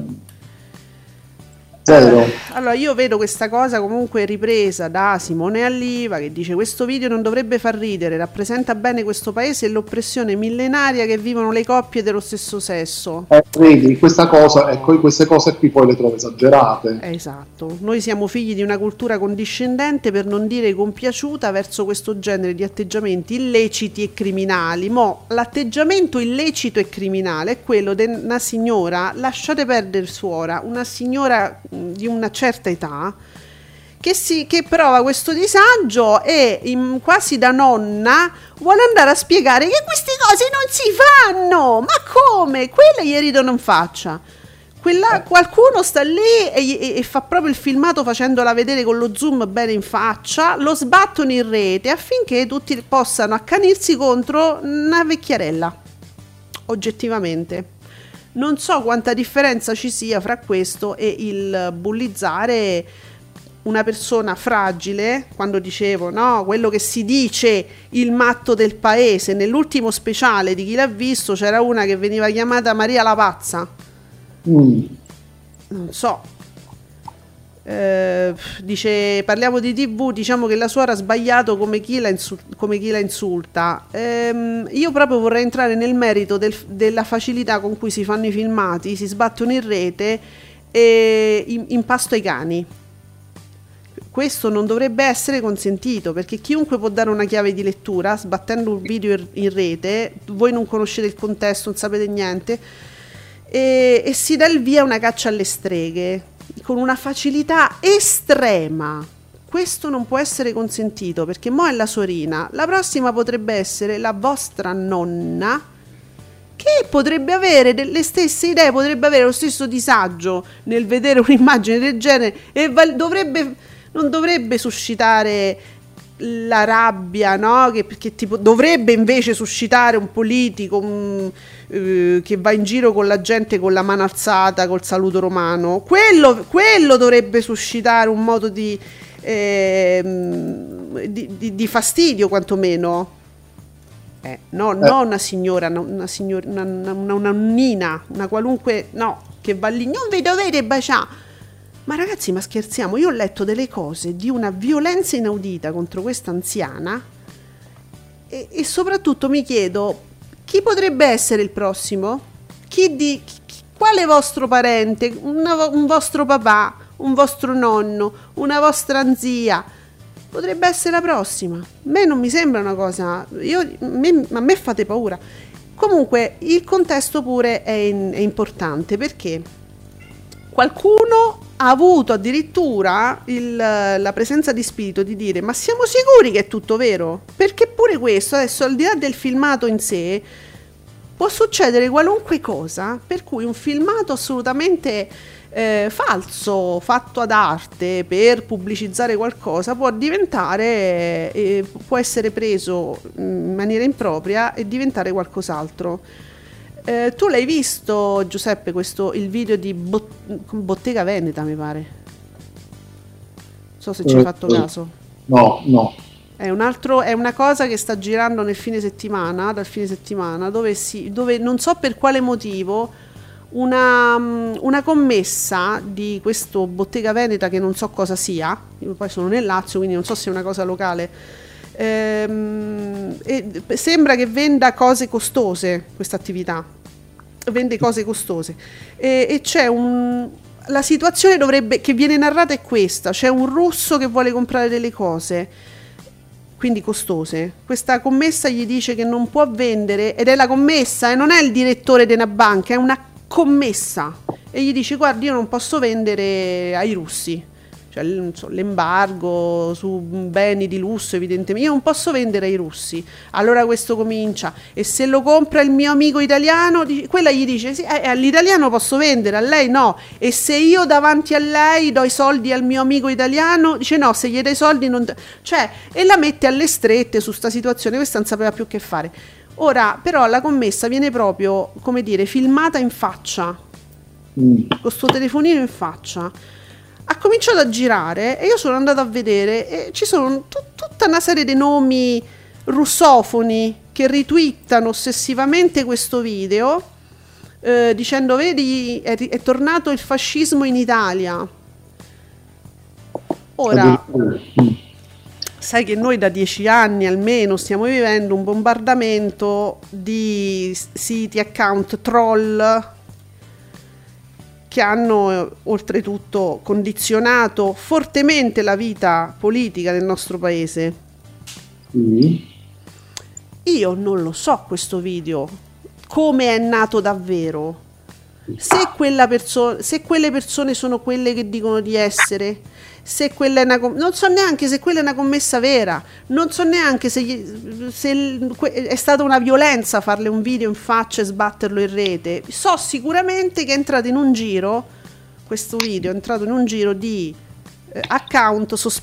S7: zero.
S6: Allora io vedo questa cosa comunque ripresa da Simone Alliva che dice questo video non dovrebbe far ridere, rappresenta bene questo paese e l'oppressione millenaria che vivono le coppie dello stesso sesso.
S7: Eh, vedi, questa cosa, ecco, queste cose qui poi le trovo esagerate.
S6: Esatto, noi siamo figli di una cultura condiscendente, per non dire compiaciuta, verso questo genere di atteggiamenti illeciti e criminali. Mo l'atteggiamento illecito e criminale è quello di una signora, lasciate perdere suora, una signora di una certa età che, si, che prova questo disagio e in, quasi da nonna vuole andare a spiegare che queste cose non si fanno, ma come? Quelle gli ridono in faccia, quella, qualcuno sta lì e, e, e fa proprio il filmato facendola vedere con lo zoom bene in faccia, lo sbattono in rete affinché tutti possano accanirsi contro una vecchierella, oggettivamente. non so quanta differenza ci sia fra questo e il bullizzare una persona fragile, quando dicevo, no, quello che si dice il matto del paese. Nell'ultimo speciale di Chi l'ha visto c'era una che veniva chiamata Maria la pazza.
S7: Mm.
S6: Non so, eh, dice, parliamo di tivù, diciamo che la suora ha sbagliato come chi la, insul- come chi la insulta. Ehm, io proprio vorrei entrare nel merito del, della facilità con cui si fanno i filmati, si sbattono in rete e in, in pasto ai cani. Questo non dovrebbe essere consentito, perché chiunque può dare una chiave di lettura sbattendo un video in rete, voi non conoscete il contesto, non sapete niente, e, e si dà il via a una caccia alle streghe con una facilità estrema. Questo non può essere consentito, perché mo' è la sorina, la prossima potrebbe essere la vostra nonna, che potrebbe avere le stesse idee, potrebbe avere lo stesso disagio nel vedere un'immagine del genere e val- dovrebbe... non dovrebbe suscitare la rabbia, no? Che, che tipo, dovrebbe invece suscitare un politico un, eh, che va in giro con la gente con la mano alzata, col saluto romano. Quello, quello dovrebbe suscitare un modo di, eh, di, di, di fastidio, quantomeno. Eh, no, eh. no una signora, no, una, signora una, una, una, una nonnina, una qualunque, no, che va lì, non vi dovete baciare. Ma ragazzi, ma scherziamo? Io ho letto delle cose di una violenza inaudita contro questa anziana e, e soprattutto mi chiedo chi potrebbe essere il prossimo? Chi di, chi, quale vostro parente? Una, un vostro papà, un vostro nonno, una vostra zia? Potrebbe essere la prossima. A me non mi sembra una cosa... Io, me, a me fate paura. Comunque, il contesto pure è, in, è importante, perché qualcuno ha avuto addirittura il, la presenza di spirito di dire: ma siamo sicuri che è tutto vero? Perché pure questo, adesso, al di là del filmato in sé, può succedere qualunque cosa, per cui un filmato assolutamente eh, falso, fatto ad arte per pubblicizzare qualcosa, può diventare, eh, può essere preso in maniera impropria e diventare qualcos'altro. Eh, tu l'hai visto, Giuseppe, questo, il video di Bot- Bottega Veneta, mi pare? Non so se ci hai fatto caso.
S7: No, no.
S6: È un altro, è una cosa che sta girando nel fine settimana, dal fine settimana, dove, si, dove non so per quale motivo una, una commessa di questo Bottega Veneta, che non so cosa sia, io poi sono nel Lazio, quindi non so se è una cosa locale, ehm, e sembra che venda cose costose, questa attività. Vende cose costose e, e c'è un la situazione dovrebbe che viene narrata è questa: c'è un russo che vuole comprare delle cose, quindi costose. Questa commessa gli dice che non può vendere, ed è la commessa e eh, non è il direttore di una banca, è una commessa, e gli dice: guardi, io non posso vendere ai russi, cioè non so, l'embargo su beni di lusso, evidentemente io non posso vendere ai russi. Allora questo comincia: e se lo compra il mio amico italiano? Quella gli dice: sì, eh, all'italiano posso vendere, a lei no. E se io davanti a lei do i soldi al mio amico italiano? Dice: no, se gli dai i soldi non... Cioè, e la mette alle strette su sta situazione. Questa non sapeva più che fare. Ora però la commessa viene proprio, come dire, filmata in faccia, mm. con sto telefonino in faccia. Ha cominciato a girare e io sono andata a vedere e ci sono t- tutta una serie di nomi russofoni che ritwittano ossessivamente questo video, eh, dicendo: vedi, è, è tornato il fascismo in Italia. Ora, sai che noi da dieci anni almeno stiamo vivendo un bombardamento di siti, account troll, che hanno oltretutto condizionato fortemente la vita politica del nostro paese. Mm. Io non lo so questo video come è nato davvero, se quella perso- se quelle persone sono quelle che dicono di essere, se quella è una com- non so neanche se quella è una commessa vera, non so neanche se, gli- se è stata una violenza farle un video in faccia e sbatterlo in rete. So sicuramente che è entrato in un giro, questo video è entrato in un giro di eh, account sospetti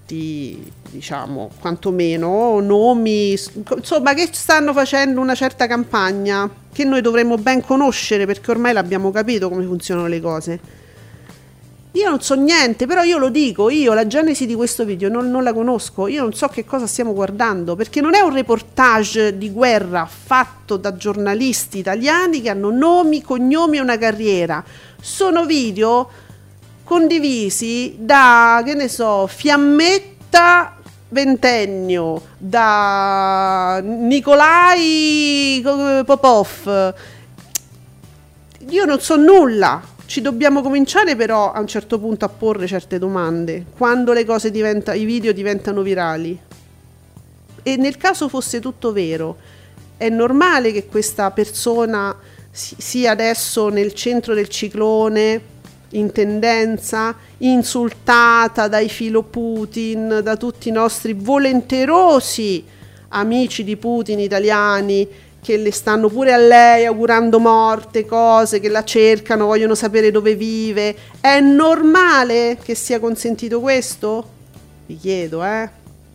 S6: fatti, diciamo, quantomeno nomi, insomma, che stanno facendo una certa campagna che noi dovremmo ben conoscere, perché ormai l'abbiamo capito come funzionano le cose. Io non so niente, però io lo dico, io la genesi di questo video non, non la conosco, io non so che cosa stiamo guardando, perché non è un reportage di guerra fatto da giornalisti italiani che hanno nomi, cognomi e una carriera. Sono video condivisi da, che ne so, Fiammetta ventennio, da Nikolai Popov. Io non so nulla. Ci dobbiamo cominciare però a un certo punto a porre certe domande, quando le cose diventano, i video diventano virali. E nel caso fosse tutto vero, è normale che questa persona sia adesso nel centro del ciclone, in tendenza, insultata dai filo Putin, da tutti i nostri volenterosi amici di Putin italiani, che le stanno pure a lei augurando morte, cose, che la cercano, vogliono sapere dove vive. È normale che sia consentito questo? Vi chiedo, eh?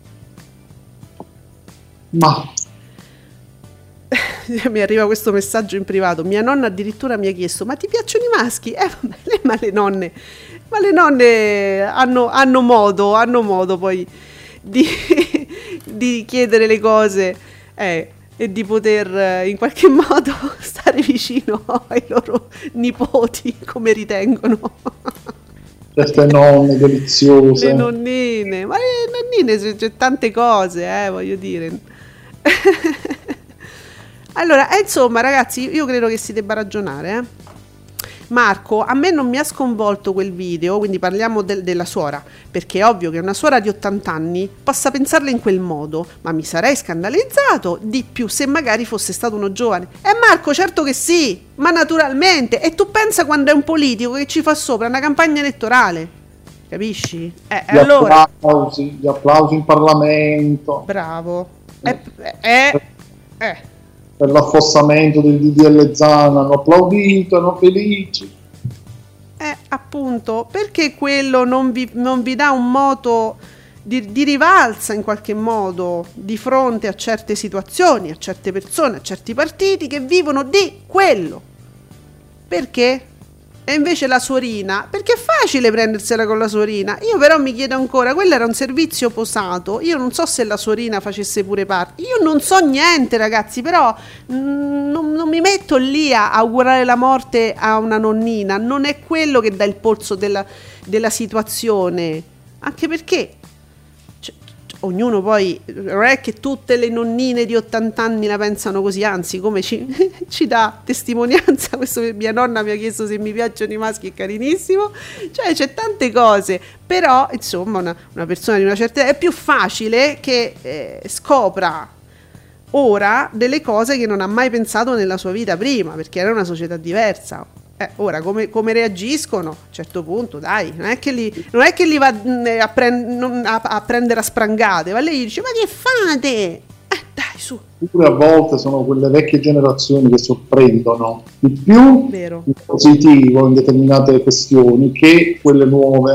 S7: Ma
S6: mi arriva questo messaggio in privato. Mia nonna addirittura mi ha chiesto: ma ti piacciono i maschi? Eh, vabbè, ma le nonne, ma le nonne hanno, hanno modo, hanno modo poi di, di chiedere le cose. Eh. E di poter in qualche modo stare vicino ai loro nipoti come ritengono.
S7: Queste nonne deliziose.
S6: Le nonnine, ma le nonnine c'è, c'è tante cose, eh, voglio dire. Allora, eh, insomma, ragazzi, io credo che si debba ragionare, eh. Marco, a me non mi ha sconvolto quel video, quindi parliamo del, della suora, perché è ovvio che una suora di ottanta anni possa pensarla in quel modo, ma mi sarei scandalizzato di più se magari fosse stato uno giovane. E Marco, certo che sì, ma naturalmente. E tu pensa quando è un politico che ci fa sopra una campagna elettorale, capisci? Eh,
S7: gli
S6: allora
S7: applausi, gli applausi in Parlamento.
S6: Bravo. Eh, eh, eh.
S7: Per l'affossamento del D D L Zan hanno applaudito, hanno felici.
S6: Eh, appunto, perché quello non vi, non vi dà un moto di, di rivalsa in qualche modo di fronte a certe situazioni, a certe persone, a certi partiti che vivono di quello? Perché? E invece la suorina, perché è facile prendersela con la suorina. Io però mi chiedo ancora, quello era un servizio posato, io non so se la suorina facesse pure parte, io non so niente, ragazzi, però mh, non, non mi metto lì a augurare la morte a una nonnina, non è quello che dà il polso della, della situazione, anche perché cioè, ognuno poi, non è che tutte le nonnine di ottanta anni la pensano così, anzi, come ci, ci dà testimonianza questo, che mia nonna mi ha chiesto se mi piacciono i maschi, è carinissimo, cioè c'è tante cose, però insomma una, una persona di una certa età è più facile che eh, scopra ora delle cose che non ha mai pensato nella sua vita prima, perché era una società diversa. Eh, ora come, come reagiscono a un certo punto, dai, non è che li, non è che li va a, prend, a, a prendere a sprangate, ma lei gli dice: ma che fate? Eh, dai, su.
S7: Pure a volte sono quelle vecchie generazioni che sorprendono di più
S6: Vero.
S7: in positivo in determinate questioni che quelle nuove.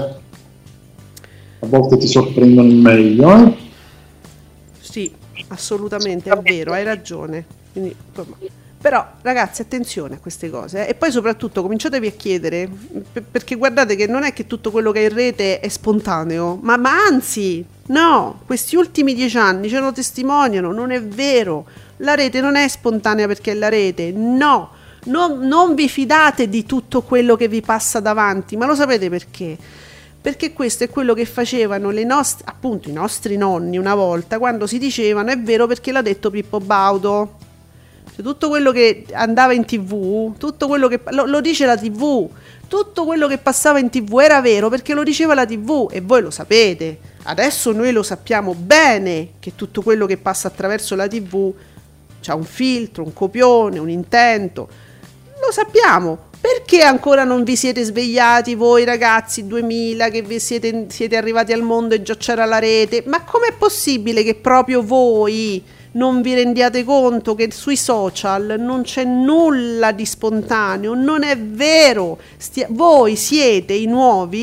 S7: A volte ti sorprendono in meglio, eh? Sì,
S6: assolutamente, è vero, hai ragione. Quindi, insomma. Però ragazzi, attenzione a queste cose, eh? E poi soprattutto cominciatevi a chiedere, per, perché guardate che non è che tutto quello che è in rete è spontaneo, ma, ma anzi no, questi ultimi dieci anni ce lo testimoniano, non è vero, la rete non è spontanea perché è la rete, no, non, non vi fidate di tutto quello che vi passa davanti, ma lo sapete perché? Perché questo è quello che facevano le nostre, appunto i nostri nonni una volta, quando si dicevano: è vero perché l'ha detto Pippo Baudo. Tutto quello che andava in tv, tutto quello che lo, lo dice la tv, tutto quello che passava in tv era vero perché lo diceva la tv, e voi lo sapete. Adesso noi lo sappiamo bene che tutto quello che passa attraverso la tv c'ha un filtro, un copione, un intento. Lo sappiamo. Perché ancora non vi siete svegliati voi ragazzi duemila, che vi siete, siete arrivati al mondo e già c'era la rete? Ma com'è possibile che proprio voi non vi rendiate conto che sui social non c'è nulla di spontaneo? Non è vero. Stia- voi siete i nuovi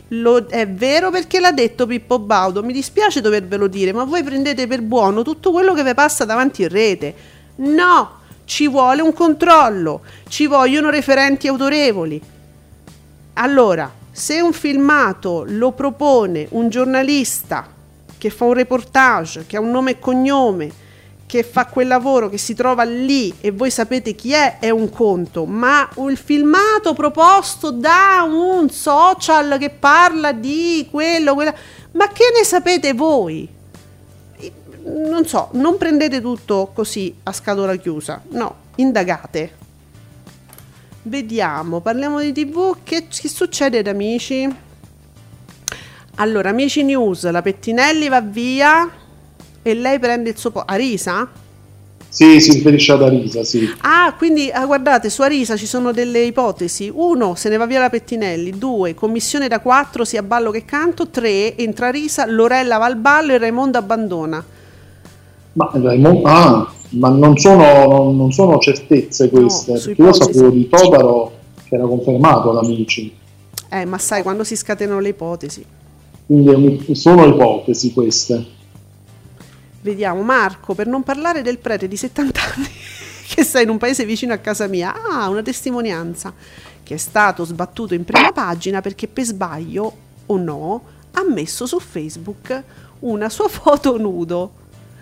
S6: Lo, è vero perché l'ha detto Pippo Baudo, mi dispiace dovervelo dire, ma voi prendete per buono tutto quello che vi passa davanti in rete. No, ci vuole un controllo, ci vogliono referenti autorevoli. Allora, se un filmato lo propone un giornalista che fa un reportage, che ha un nome e cognome, che fa quel lavoro, che si trova lì e voi sapete chi è, è un conto, ma il filmato proposto da un social che parla di quello, quella, ma che ne sapete voi? Non so, non prendete tutto così a scatola chiusa, no, indagate. Vediamo, parliamo di tivù, che, che succede ad Amici? Allora, Amici News, la Pettinelli va via e lei prende il suo posto. Arisa?
S7: Sì, si riferisce ad Arisa, sì.
S6: Ah, quindi ah, guardate, su Arisa ci sono delle ipotesi. Uno, se ne va via la Pettinelli. Due, commissione da quattro, sia ballo che canto. Tre, entra Arisa, Lorella va al ballo e Raimondo abbandona.
S7: Ma, Raimondo, ah, ma non sono, non sono certezze queste,
S6: No,
S7: perché io sapevo di Todaro che era confermato ad Amici.
S6: Eh, ma sai, quando si scatenano le ipotesi.
S7: Quindi sono ipotesi queste.
S6: Vediamo, Marco, per non parlare del prete di settanta anni che sta in un paese vicino a casa mia. Ah, una testimonianza, che è stato sbattuto in prima pagina perché per sbaglio, o no, ha messo su Facebook una sua foto nudo.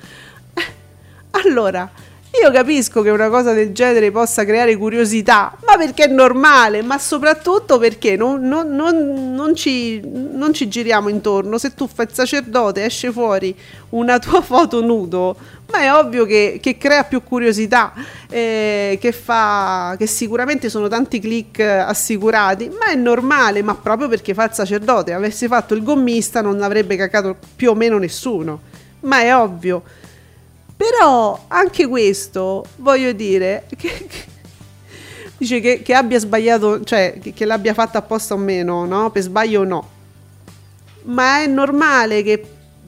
S6: Allora, io capisco che una cosa del genere possa creare curiosità, ma perché è normale, ma soprattutto perché non, non, non, non, ci, non ci giriamo intorno. Se tu fai il sacerdote, esce fuori una tua foto nudo, ma è ovvio che, che crea più curiosità, eh, che fa, che sicuramente sono tanti click assicurati, ma è normale, ma proprio perché fa il sacerdote. Avesse fatto il gommista non avrebbe caccato più o meno nessuno, ma è ovvio. Però anche questo, voglio dire, che, che, dice che, che abbia sbagliato, cioè che, che l'abbia fatta apposta o meno, no? Per sbaglio o no. Ma è normale che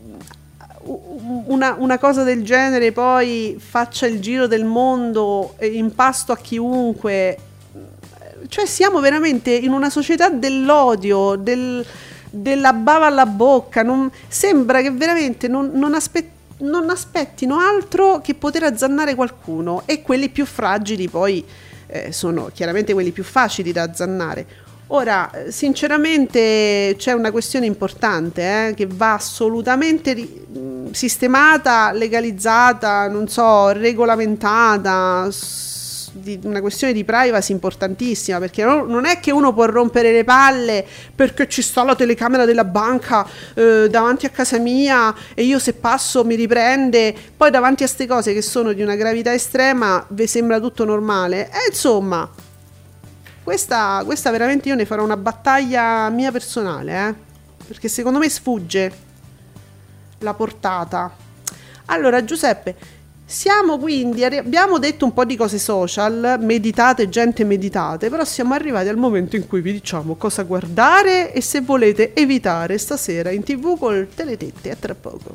S6: una, una cosa del genere poi faccia il giro del mondo in pasto a chiunque. Cioè siamo veramente in una società dell'odio, del, della bava alla bocca. Non, sembra che veramente non, non aspettiamo non aspettino altro che poter azzannare qualcuno, e quelli più fragili poi eh, sono chiaramente quelli più facili da azzannare. Ora, sinceramente c'è una questione importante eh, che va assolutamente ri- sistemata, legalizzata, non so, regolamentata, s- di una questione di privacy importantissima, perché no, non è che uno può rompere le palle perché ci sta la telecamera della banca eh, davanti a casa mia e io se passo mi riprende, poi davanti a ste cose che sono di una gravità estrema vi sembra tutto normale. E insomma, questa, questa veramente io ne farò una battaglia mia personale, eh? Perché secondo me sfugge la portata. Allora, Giuseppe, siamo quindi, abbiamo detto un po' di cose social, meditate, gente meditate, però siamo arrivati al momento in cui vi diciamo cosa guardare e se volete evitare stasera in tv col Teletette. A tra poco.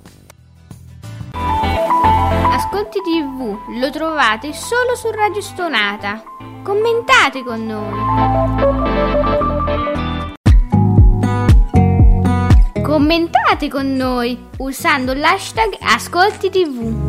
S5: Ascolti tivù lo trovate solo su Radio Stonata. Commentate con noi. Commentate con noi usando l'hashtag Ascolti tivù.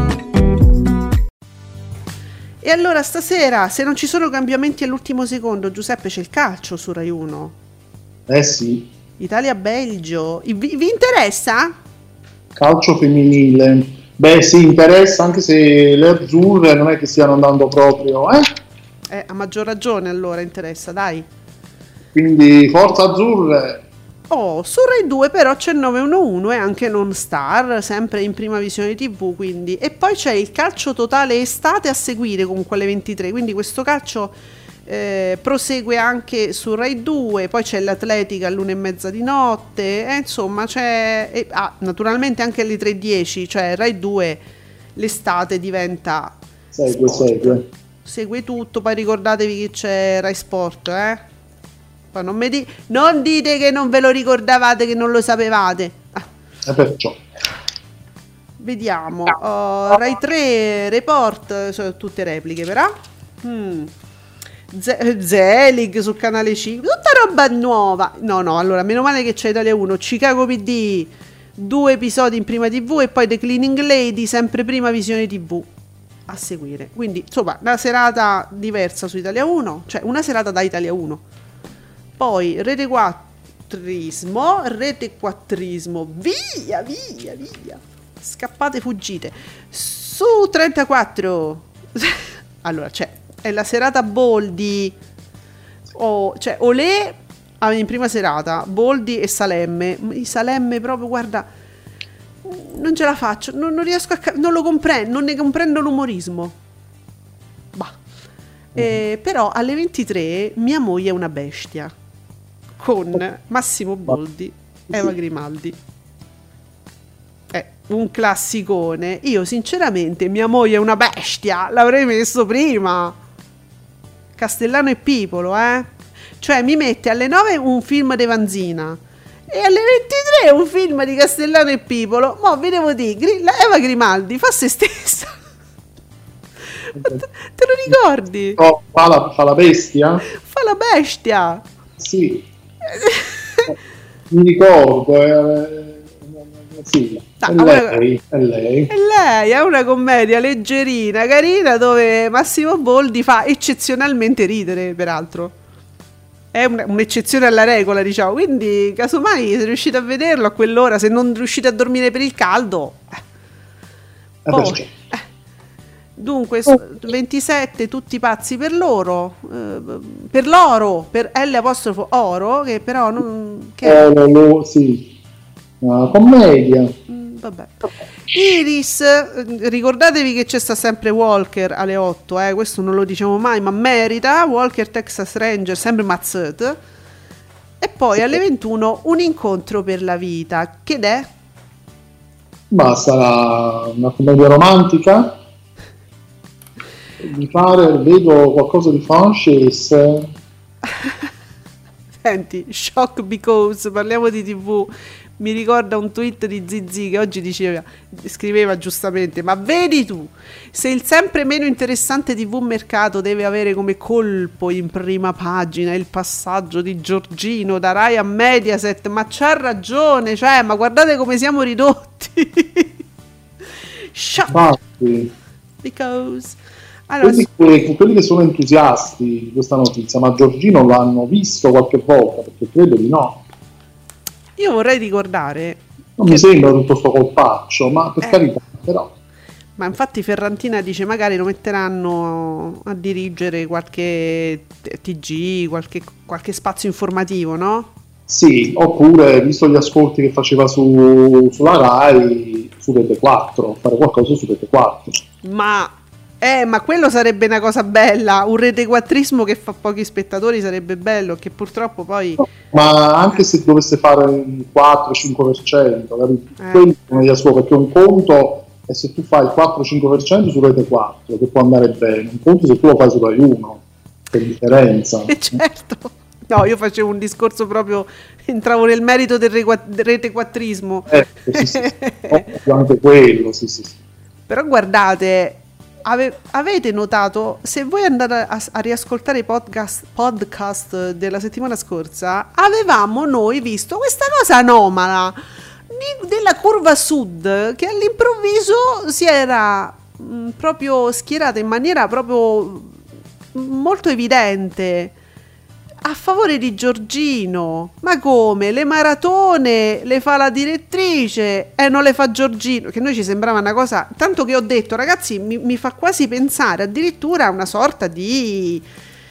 S6: E allora stasera, se non ci sono cambiamenti all'ultimo secondo, Giuseppe, c'è il calcio su Rai uno.
S7: Eh sì.
S6: Italia-Belgio. Vi, vi interessa?
S7: Calcio femminile. Beh sì, interessa, anche se le azzurre non è che stiano andando proprio, eh?
S6: Eh, a maggior ragione allora interessa, dai.
S7: Quindi forza azzurre.
S6: Oh, su Rai due però c'è nove uno uno e anche Non Star, sempre in prima visione tivù, quindi. E poi c'è il calcio totale estate a seguire comunque alle ventitré, quindi questo calcio eh, prosegue anche su Rai due, poi c'è l'atletica all'una e mezza di notte, e insomma c'è... E, ah, naturalmente anche alle tre e dieci, cioè Rai due l'estate diventa...
S7: Segue,
S6: sport.
S7: segue.
S6: Segue tutto, poi ricordatevi che c'è Rai Sport, eh? Poi non, mi di- non dite che non ve lo ricordavate, che non lo sapevate. Ah.
S7: E perciò.
S6: Vediamo. Uh, Rai tre Report, sono tutte repliche però. Hmm. Z- Zelig sul canale cinque. Tutta roba nuova. No, no, allora, meno male che c'è Italia uno, Chicago P D, due episodi in prima tivù e poi The Cleaning Lady, sempre prima visione tivù a seguire. Quindi, insomma, una serata diversa su Italia uno, cioè una serata da Italia uno. Poi Rete Quattrismo, Rete Quattrismo, via, via, via. Scappate, fuggite. Su trentaquattro. Allora, c'è è la serata Boldi. O, cioè, Olè in prima serata, Boldi e Salemme. I Salemme proprio, guarda, non ce la faccio, non, non riesco a cap- non lo comprendo, non ne comprendo l'umorismo. Bah. Eh, però alle ventitré Mia moglie è una bestia con Massimo Boldi, Eva Grimaldi. È un classicone. Io sinceramente Mia moglie è una bestia l'avrei messo prima. Castellano e Pipolo, eh? Cioè mi mette alle nove un film di Vanzina e alle ventitré un film di Castellano e Pipolo. Mo' vi devo dire, Eva Grimaldi fa se stessa. te, te lo ricordi?
S7: Oh, fa, la, fa la bestia?
S6: Fa la bestia.
S7: Sì. Mi ricordo. Eh, sì. È lei, è lei.
S6: È lei, è una commedia leggerina, carina, dove Massimo Boldi fa eccezionalmente ridere, peraltro. È un, un'eccezione alla regola, diciamo. Quindi, casomai, se riuscite a vederlo a quell'ora, se non riuscite a dormire per il caldo... Eh. Poi, eh. Dunque, ventisette, tutti pazzi per loro, eh, per l'oro, per L apostrofo oro, che però non... Che...
S7: Eh, lo, sì, una commedia.
S6: Mm, vabbè. Iris, ricordatevi che c'è sta sempre Walker alle otto, eh, questo non lo diciamo mai, ma merita. Walker Texas Ranger, sempre Mazzet. E poi sì, alle ventuno Un incontro per la vita, che è?
S7: Ma sarà una commedia romantica? Mi pare, vedo qualcosa di francese.
S6: Senti, shock because, parliamo di tivù. Mi ricorda un tweet di Zizi che oggi diceva, scriveva giustamente: ma vedi tu, se il sempre meno interessante tivù mercato deve avere come colpo in prima pagina il passaggio di Giorgino da Rai a Mediaset, ma c'ha ragione, cioè, ma guardate come siamo ridotti. Shock
S7: Infatti,
S6: because allora,
S7: quelli, che, quelli che sono entusiasti di questa notizia, ma Giorgino l'hanno visto qualche volta? Perché credo di no.
S6: Io vorrei ricordare,
S7: non
S6: che...
S7: mi sembra tutto sto colpaccio, ma per
S6: eh,
S7: carità, però.
S6: Ma infatti Ferrantina dice magari lo metteranno a dirigere qualche T G, qualche, qualche spazio informativo, no?
S7: Sì, oppure, visto gli ascolti che faceva su, sulla Rai, su Rete quattro, fare qualcosa su Rete quattro.
S6: Ma... Eh, ma quello sarebbe una cosa bella, un retequattrismo che fa pochi spettatori sarebbe bello, che purtroppo poi...
S7: Ma anche se dovesse fare il quattro cinque per cento, capito?
S6: Eh.
S7: Quelli sono gli ascolti, perché un conto è se tu fai il quattro cinque per cento su Rete quattro, che può andare bene, un conto se tu lo fai su Rai uno, che differenza.
S6: Eh, certo, no, io facevo un discorso proprio, entravo nel merito del, re- del retequattrismo.
S7: Eh, sì, sì, sì. Anche quello, sì, sì, sì.
S6: Però guardate... Ave- avete notato, se voi andate a, a riascoltare i podcast, podcast della settimana scorsa, avevamo noi visto questa cosa anomala di, della curva sud che all'improvviso si era mh, proprio schierata in maniera proprio molto evidente a favore di Giorgino. Ma come? Le maratone le fa la direttrice e non le fa Giorgino, che noi ci sembrava una cosa, tanto che ho detto ragazzi mi, mi fa quasi pensare addirittura a una sorta di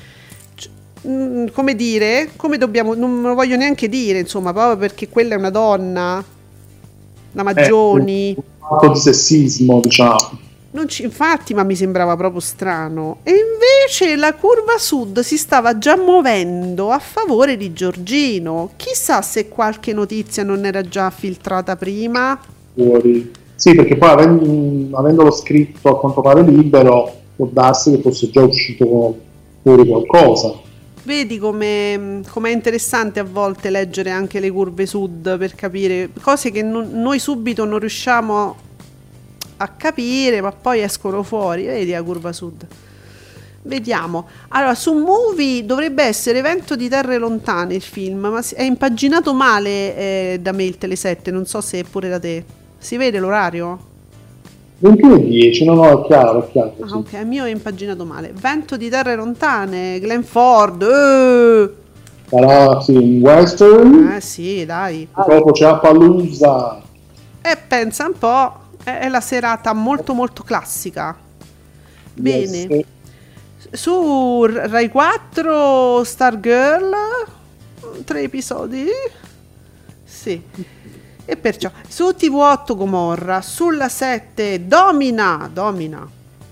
S6: mh, come dire, come dobbiamo, non lo voglio neanche dire, insomma, proprio perché quella è una donna, la Maggioni,
S7: eh, un po' di sessismo, diciamo.
S6: Non ci, infatti, ma mi sembrava proprio strano. E invece la curva sud si stava già muovendo a favore di Giorgino. Chissà se qualche notizia non era già filtrata prima.
S7: Fuori. Sì, perché poi avendo, avendolo scritto a quanto pare libero, può darsi che fosse già uscito fuori qualcosa.
S6: Vedi come è interessante a volte leggere anche le curve sud per capire cose che non, noi subito non riusciamo a capire, ma poi escono fuori. Vedi la curva sud. Vediamo. Allora, su Movie dovrebbe essere Vento di terre lontane il film, ma è impaginato male eh, da me il Telesette, non so se è pure da te. Si vede l'orario?
S7: ventuno e dieci, no, no, è chiaro, è chiaro.
S6: Ah,
S7: sì.
S6: ok, il mio è impaginato male. Vento di terre lontane, Glenn Ford. Eh,
S7: Sarà sì, un western,
S6: eh sì, dai.
S7: dopo c'è Appaloosa.
S6: E pensa un po', è la serata molto molto classica. Bene.
S7: Yes.
S6: Su Rai quattro Stargirl, tre episodi. Sì. E perciò su T V otto Gomorra, sulla sette Domina, Domina.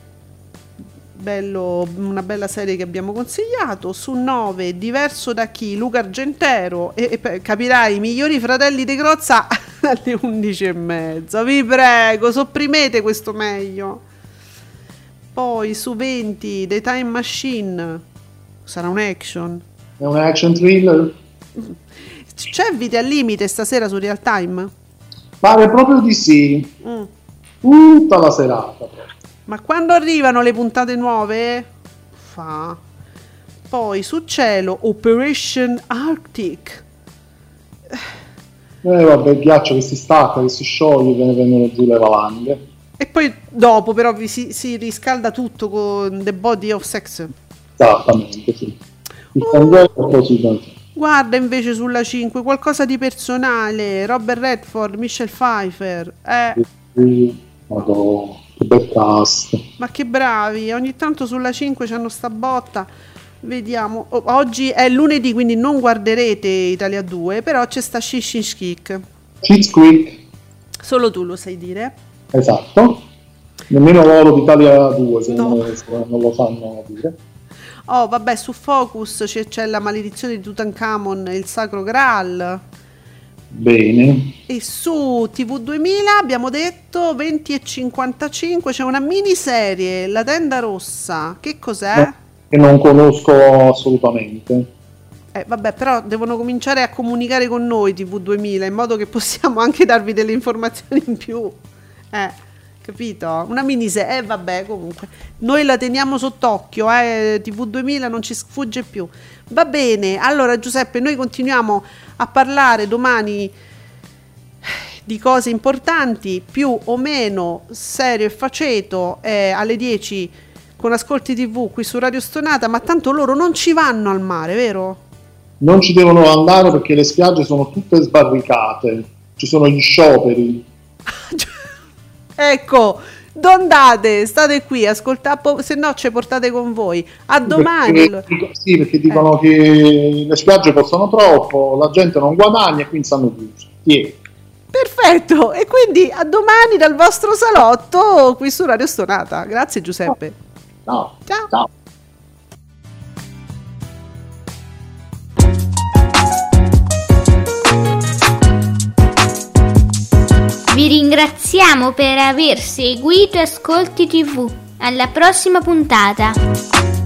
S6: Bello, una bella serie che abbiamo consigliato. Su nove Diverso da chi, Luca Argentero e, e capirai I migliori fratelli di Crozza alle undici e mezza. Vi prego, sopprimete questo meglio. Poi su venti The Time Machine, sarà un action.
S7: È un action thriller?
S6: C'è Vite al limite stasera su Real Time?
S7: Pare proprio di sì.
S6: Mm.
S7: Tutta la serata.
S6: Ma quando arrivano le puntate nuove? Fa. Poi su Cielo Operation Arctic.
S7: Eh vabbè, il ghiaccio che si stacca, che si scioglie, che ne vengono giù le valanghe.
S6: E poi dopo però vi si, si riscalda tutto con The Body of Sex.
S7: Esattamente, sì. Il
S6: Oh.
S7: canguro è così tanto.
S6: Guarda invece sulla cinque qualcosa di personale. Robert Redford, Michelle Pfeiffer. Eh,
S7: Sì, Madonna, che bel cast.
S6: ma che bravi. Ogni tanto sulla cinque c'hanno sta botta. Vediamo. Oh, oggi è lunedì, quindi non guarderete Italia due, però c'è sta Schiss Kick.
S7: Schitt's Creek,
S6: Solo tu lo sai dire.
S7: esatto. Nemmeno loro d'Italia due, se,
S6: No.
S7: non, se non lo sanno dire.
S6: Oh, vabbè, su Focus c'è, c'è La maledizione di Tutankhamon e il Sacro Graal.
S7: Bene.
S6: E su T V duemila abbiamo detto venti e cinquantacinque c'è una miniserie, La tenda rossa. Che cos'è?
S7: No, che non conosco assolutamente.
S6: Eh, vabbè, però devono cominciare a comunicare con noi T V duemila in modo che possiamo anche darvi delle informazioni in più. Eh, capito? Una miniserie, eh vabbè, comunque noi la teniamo sott'occhio, eh, T V duemila non ci sfugge più. Va bene, allora Giuseppe, noi continuiamo a parlare domani di cose importanti, più o meno serio e faceto, eh, alle dieci con Ascolti tivù qui su Radio Stonata, ma tanto loro non ci vanno al mare, vero?
S7: Non ci devono andare perché le spiagge sono tutte sbarricate. Ci sono gli scioperi.
S6: Ecco, non andate, state qui, ascoltate, se no ci portate con voi. A domani.
S7: Perché,
S6: allora.
S7: dico- sì, perché dicono che le spiagge costano troppo, la gente non guadagna e quindi stanno chiuse. Sì.
S6: Perfetto, e quindi a domani dal vostro salotto qui su Radio Stonata. Grazie Giuseppe.
S7: Ciao.
S6: Ciao.
S7: Ciao.
S5: Vi ringraziamo per aver seguito Ascolti tivù. Alla prossima puntata.